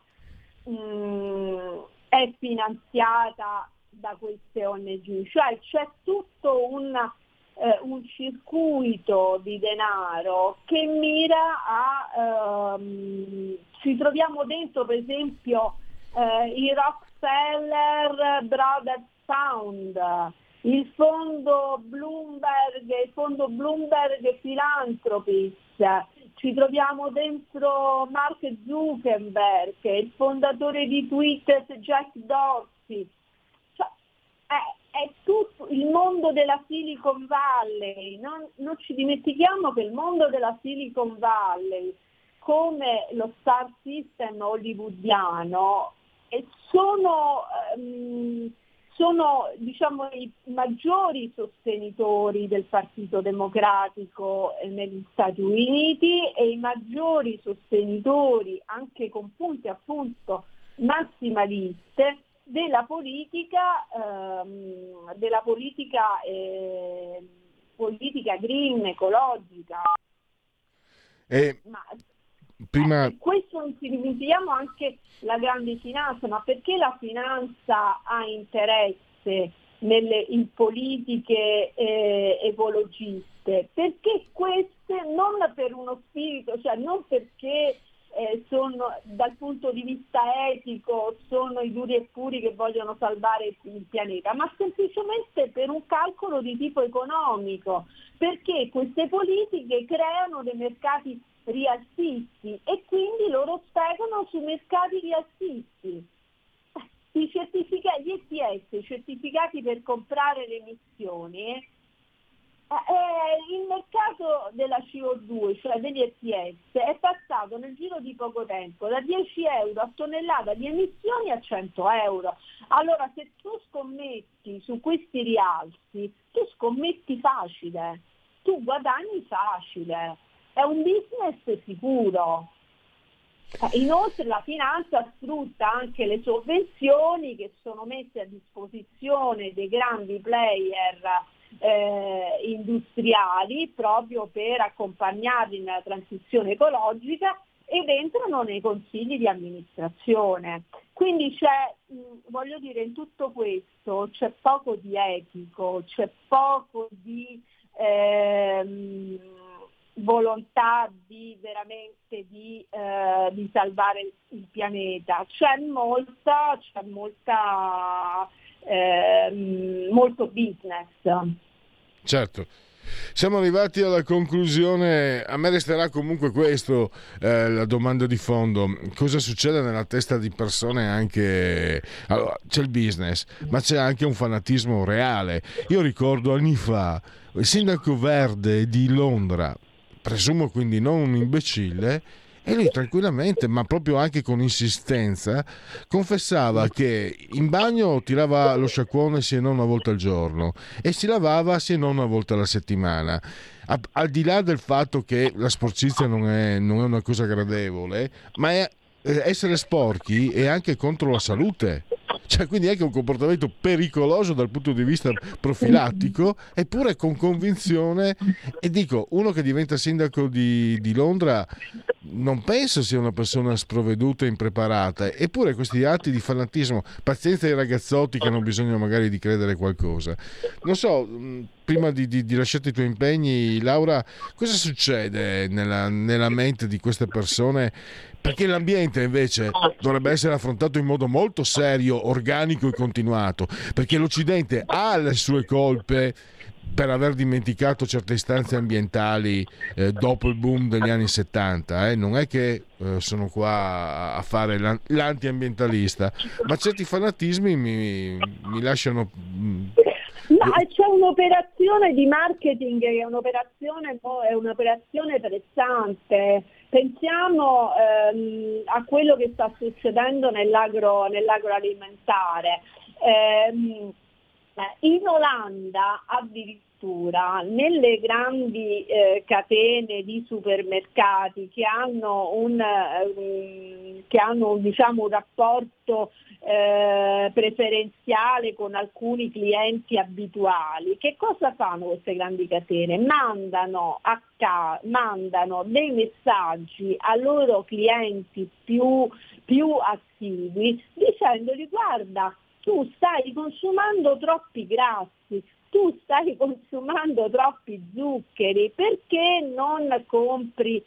mh, è finanziata da queste O N G, cioè c'è tutto un, eh, un circuito di denaro che mira a ehm, ci troviamo dentro per esempio eh, i Rockefeller Brothers Fund, il fondo Bloomberg, il fondo Bloomberg Philanthropies, ci troviamo dentro Mark Zuckerberg, il fondatore di Twitter Jack Dorsey, cioè, è, è tutto il mondo della Silicon Valley. Non, non ci dimentichiamo che il mondo della Silicon Valley, come lo star system hollywoodiano, sono um, sono diciamo i maggiori sostenitori del Partito Democratico negli Stati Uniti e i maggiori sostenitori, anche con punte appunto massimaliste, della politica ehm, della politica eh, politica green, ecologica. E Ma prima... eh, questo non ci dimentichiamo anche la grande finanza, ma perché la finanza ha interesse nelle, in politiche eh, ecologiste? Perché queste non per uno spirito, cioè non perché eh, sono dal punto di vista etico sono i duri e puri che vogliono salvare il pianeta, ma semplicemente per un calcolo di tipo economico, perché queste politiche creano dei mercati rialzisti e quindi loro speculano sui mercati rialzisti. I certificati, gli E T S, i certificati per comprare le emissioni, eh, il mercato della C O due, cioè degli E T S, è passato nel giro di poco tempo da dieci euro a tonnellata di emissioni a cento euro. Allora se tu scommetti su questi rialzi, tu scommetti facile, tu guadagni facile, è un business sicuro. Inoltre la finanza sfrutta anche le sovvenzioni che sono messe a disposizione dei grandi player eh, industriali proprio per accompagnarli nella transizione ecologica ed entrano nei consigli di amministrazione. Quindi c'è, mh, voglio dire, in tutto questo c'è poco di etico, c'è poco di ehm, volontà di veramente di, eh, di salvare il pianeta, c'è molta, c'è molta eh, molto business. Certo. Siamo arrivati alla conclusione. A me resterà comunque questo, eh, la domanda di fondo: cosa succede nella testa di persone? Anche allora, c'è il business, ma c'è anche un fanatismo reale. Io ricordo anni fa il sindaco verde di Londra, presumo quindi non un imbecille, e lui tranquillamente, ma proprio anche con insistenza, confessava che in bagno tirava lo sciacquone se non una volta al giorno e si lavava se non una volta alla settimana. A, al di là del fatto che la sporcizia non è, non è una cosa gradevole, ma è, essere sporchi è anche contro la salute. Cioè, quindi è anche un comportamento pericoloso dal punto di vista profilattico, eppure con convinzione. E dico, uno che diventa sindaco di, di Londra non penso sia una persona sprovveduta e impreparata, eppure questi atti di fanatismo, pazienza ai ragazzotti che hanno bisogno magari di credere qualcosa. Non so, prima di, di, di lasciare i tuoi impegni, Laura, cosa succede nella, nella mente di queste persone? Perché l'ambiente invece dovrebbe essere affrontato in modo molto serio, organico e continuato, perché l'Occidente ha le sue colpe per aver dimenticato certe istanze ambientali eh, dopo il boom degli anni settanta, eh? Non è che eh, sono qua a fare l'antiambientalista, ma certi fanatismi mi, mi lasciano... Ma c'è un'operazione di marketing che è un'operazione, è un'operazione pressante. Pensiamo ehm, a quello che sta succedendo nell'agro, nell'agroalimentare. Ehm, in Olanda addirittura nelle grandi eh, catene di supermercati che hanno un, um, che hanno diciamo un rapporto eh, preferenziale con alcuni clienti abituali, che cosa fanno queste grandi catene? Mandano, a ca- mandano dei messaggi ai loro clienti più, più attivi dicendogli: guarda, tu stai consumando troppi grassi, tu stai consumando troppi zuccheri, perché non compri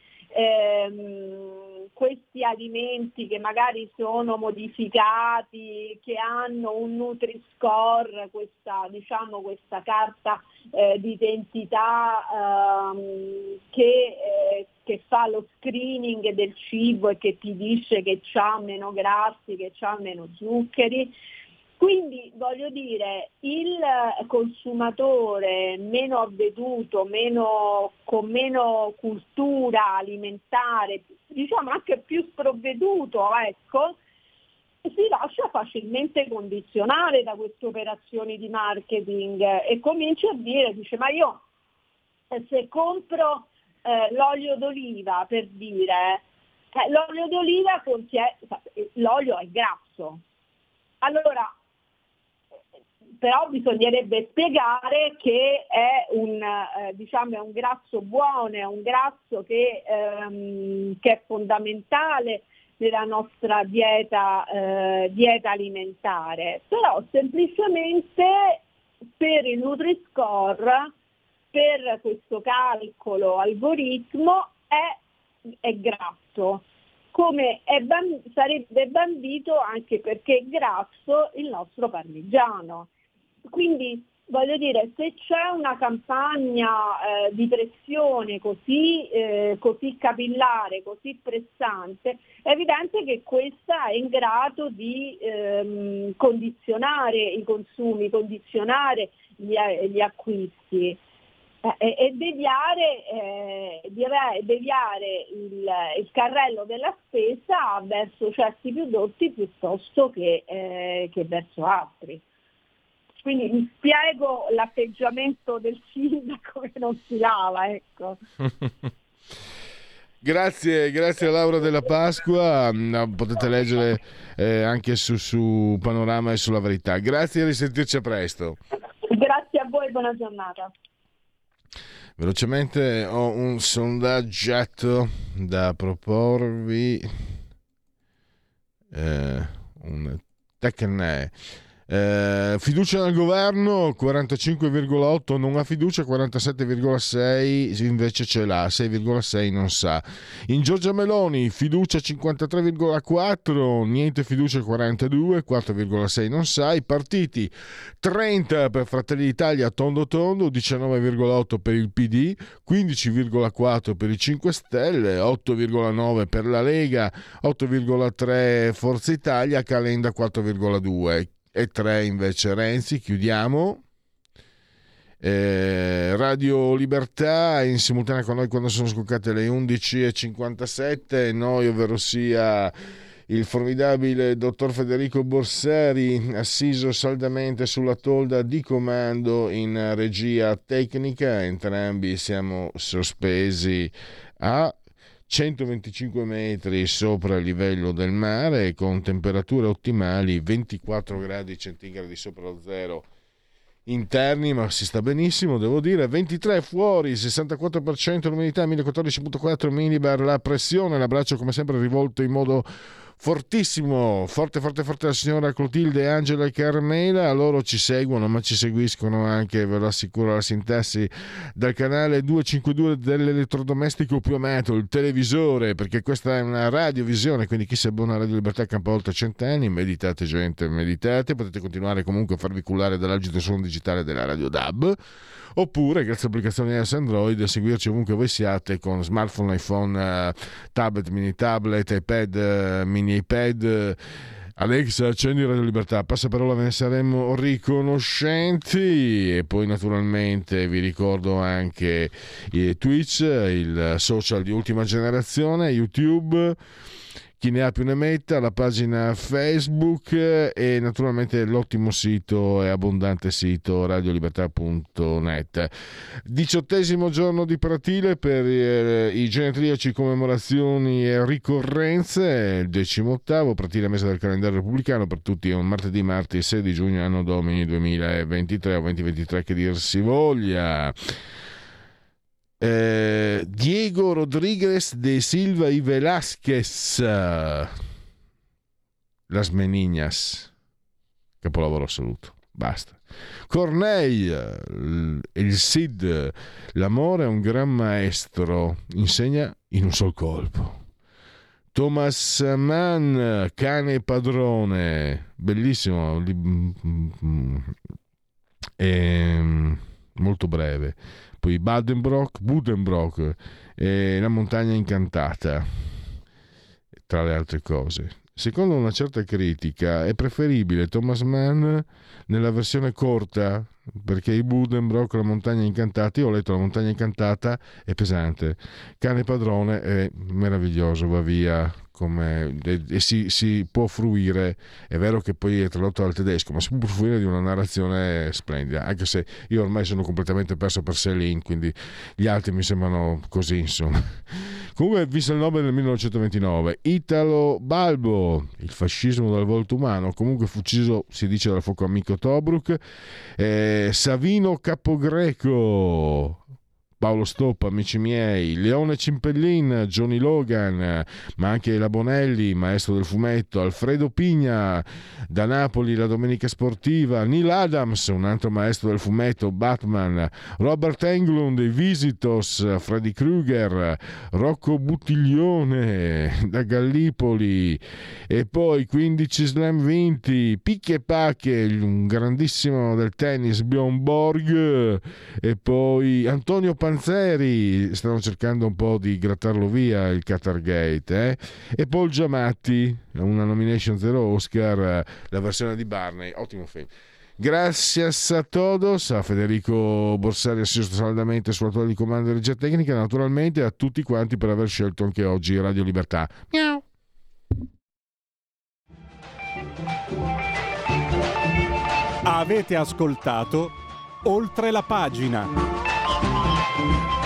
ehm, questi alimenti che magari sono modificati, che hanno un Nutri-Score, questa, diciamo, questa carta eh, di identità ehm, che, eh, che fa lo screening del cibo e che ti dice che c'ha meno grassi, che c'ha meno zuccheri. Quindi voglio dire, il consumatore meno avveduto, meno, con meno cultura alimentare, diciamo anche più sprovveduto, ecco, si lascia facilmente condizionare da queste operazioni di marketing e comincia a dire, dice: ma io se compro eh, l'olio d'oliva, per dire, eh, l'olio d'oliva contiene, l'olio è grasso. Allora, però bisognerebbe spiegare che è un, eh, diciamo, è un grasso buono, è un grasso che, ehm, che è fondamentale nella nostra dieta, eh, dieta alimentare, però semplicemente per il Nutri-Score, per questo calcolo algoritmo è, è grasso, come è ban- sarebbe bandito anche perché è grasso il nostro parmigiano. Quindi voglio dire, se c'è una campagna eh, di pressione così, eh, così capillare, così pressante, è evidente che questa è in grado di ehm, condizionare i consumi, condizionare gli, gli acquisti eh, e deviare, eh, deviare il, il carrello della spesa verso certi prodotti piuttosto che, eh, che verso altri. Quindi mi spiego l'atteggiamento del sindaco che non si lava, ecco. Grazie, grazie a Laura Della Pasqua, potete leggere eh, anche su, su Panorama e sulla Verità. Grazie e risentirci a presto. Grazie a voi, buona giornata. Velocemente ho un sondaggetto da proporvi, eh, un tecne. Eh, fiducia nel governo quarantacinque virgola otto, non ha fiducia quarantasette virgola sei, invece ce l'ha, sei virgola sei non sa. In Giorgia Meloni fiducia cinquantatré virgola quattro, niente fiducia quarantadue, quattro virgola sei non sa. I partiti trenta per Fratelli d'Italia tondo tondo, diciannove virgola otto per il P D, quindici virgola quattro per i cinque Stelle, otto virgola nove per la Lega, otto virgola tre Forza Italia, Calenda quattro virgola due e tre invece Renzi. Chiudiamo. Eh, Radio Libertà in simultanea con noi quando sono scoccate le undici e cinquantasette, noi ovvero sia il formidabile dottor Federico Borsari assiso saldamente sulla tolda di comando in regia tecnica, entrambi siamo sospesi a centoventicinque metri sopra il livello del mare con temperature ottimali ventiquattro gradi centigradi sopra lo zero interni, ma si sta benissimo, devo dire. Ventitré fuori, sessantaquattro per cento l'umidità, mille quattordici virgola quattro millibar la pressione. L'abbraccio come sempre rivolto in modo fortissimo, forte forte forte la signora Clotilde, Angela e Carmela. Loro ci seguono, ma ci seguiscono anche, ve lo assicuro la sintassi, dal canale duecentocinquantadue dell'elettrodomestico più amato, il televisore, perché questa è una radiovisione, quindi chi si abbona a Radio Libertà campa oltre cent'anni. Meditate gente, meditate. Potete continuare comunque a farvi cullare dall'agito suono digitale della Radio D A B, oppure grazie all'applicazione iOS Android a seguirci ovunque voi siate con smartphone, iPhone, tablet, mini tablet, iPad, mini iPad. Alexa, accendi Radio Libertà, passaparola, ve ne saremmo riconoscenti. E poi naturalmente vi ricordo anche Twitch, il social di ultima generazione, YouTube, chi ne ha più ne metta, la pagina Facebook e naturalmente l'ottimo sito e abbondante sito radiolibertà punto net. Diciottesimo giorno di Pratile per eh, i genetriaci, commemorazioni e ricorrenze, il decimottavo Pratile mese del calendario repubblicano, per tutti è un martedì martedì sei di giugno anno domini duemilaventitré o duemilaventitré che dir si voglia. Eh, Diego Rodríguez de Silva y Velázquez, Las Meninas, capolavoro assoluto, basta. Corneille, il Cid, l'amore è un gran maestro, insegna in un sol colpo. Thomas Mann, Cane e padrone, bellissimo, e molto breve. Poi Buddenbrook, Buddenbrook e La montagna incantata, tra le altre cose. Secondo una certa critica è preferibile Thomas Mann nella versione corta, perché i Buddenbrook, La montagna incantata, io ho letto La montagna incantata, è pesante. Cane padrone è meraviglioso, va via come, e, e si, si può fruire. È vero che poi è tradotto dal tedesco, ma si può fruire di una narrazione splendida, anche se io ormai sono completamente perso per Céline, quindi gli altri mi sembrano così, insomma. Comunque vinse il Nobel nel millenovecentoventinove. Italo Balbo, il fascismo dal volto umano, comunque fu ucciso, si dice, dal fuoco amico Tobruk. eh, Savino Capogreco, Paolo Stoppa, amici miei, Leone Cimpellin, Johnny Logan, ma anche la Bonelli, maestro del fumetto, Alfredo Pigna, da Napoli La Domenica Sportiva, Neil Adams, un altro maestro del fumetto, Batman, Robert Englund, i Visitos, Freddy Krueger, Rocco Buttiglione da Gallipoli, e poi quindici slam vinti, Picche Pacche, un grandissimo del tennis, Bjorn Borg, e poi Antonio Panzeri, stanno cercando un po' di grattarlo via il Qatargate, eh? E Paul Giamatti, una nomination zero Oscar, la versione di Barney, ottimo film. Gracias a todos, a Federico Borsari assisto saldamente sulla torre di comando di regia tecnica, naturalmente a tutti quanti per aver scelto anche oggi Radio Libertà. Miau. Avete ascoltato Oltre la pagina.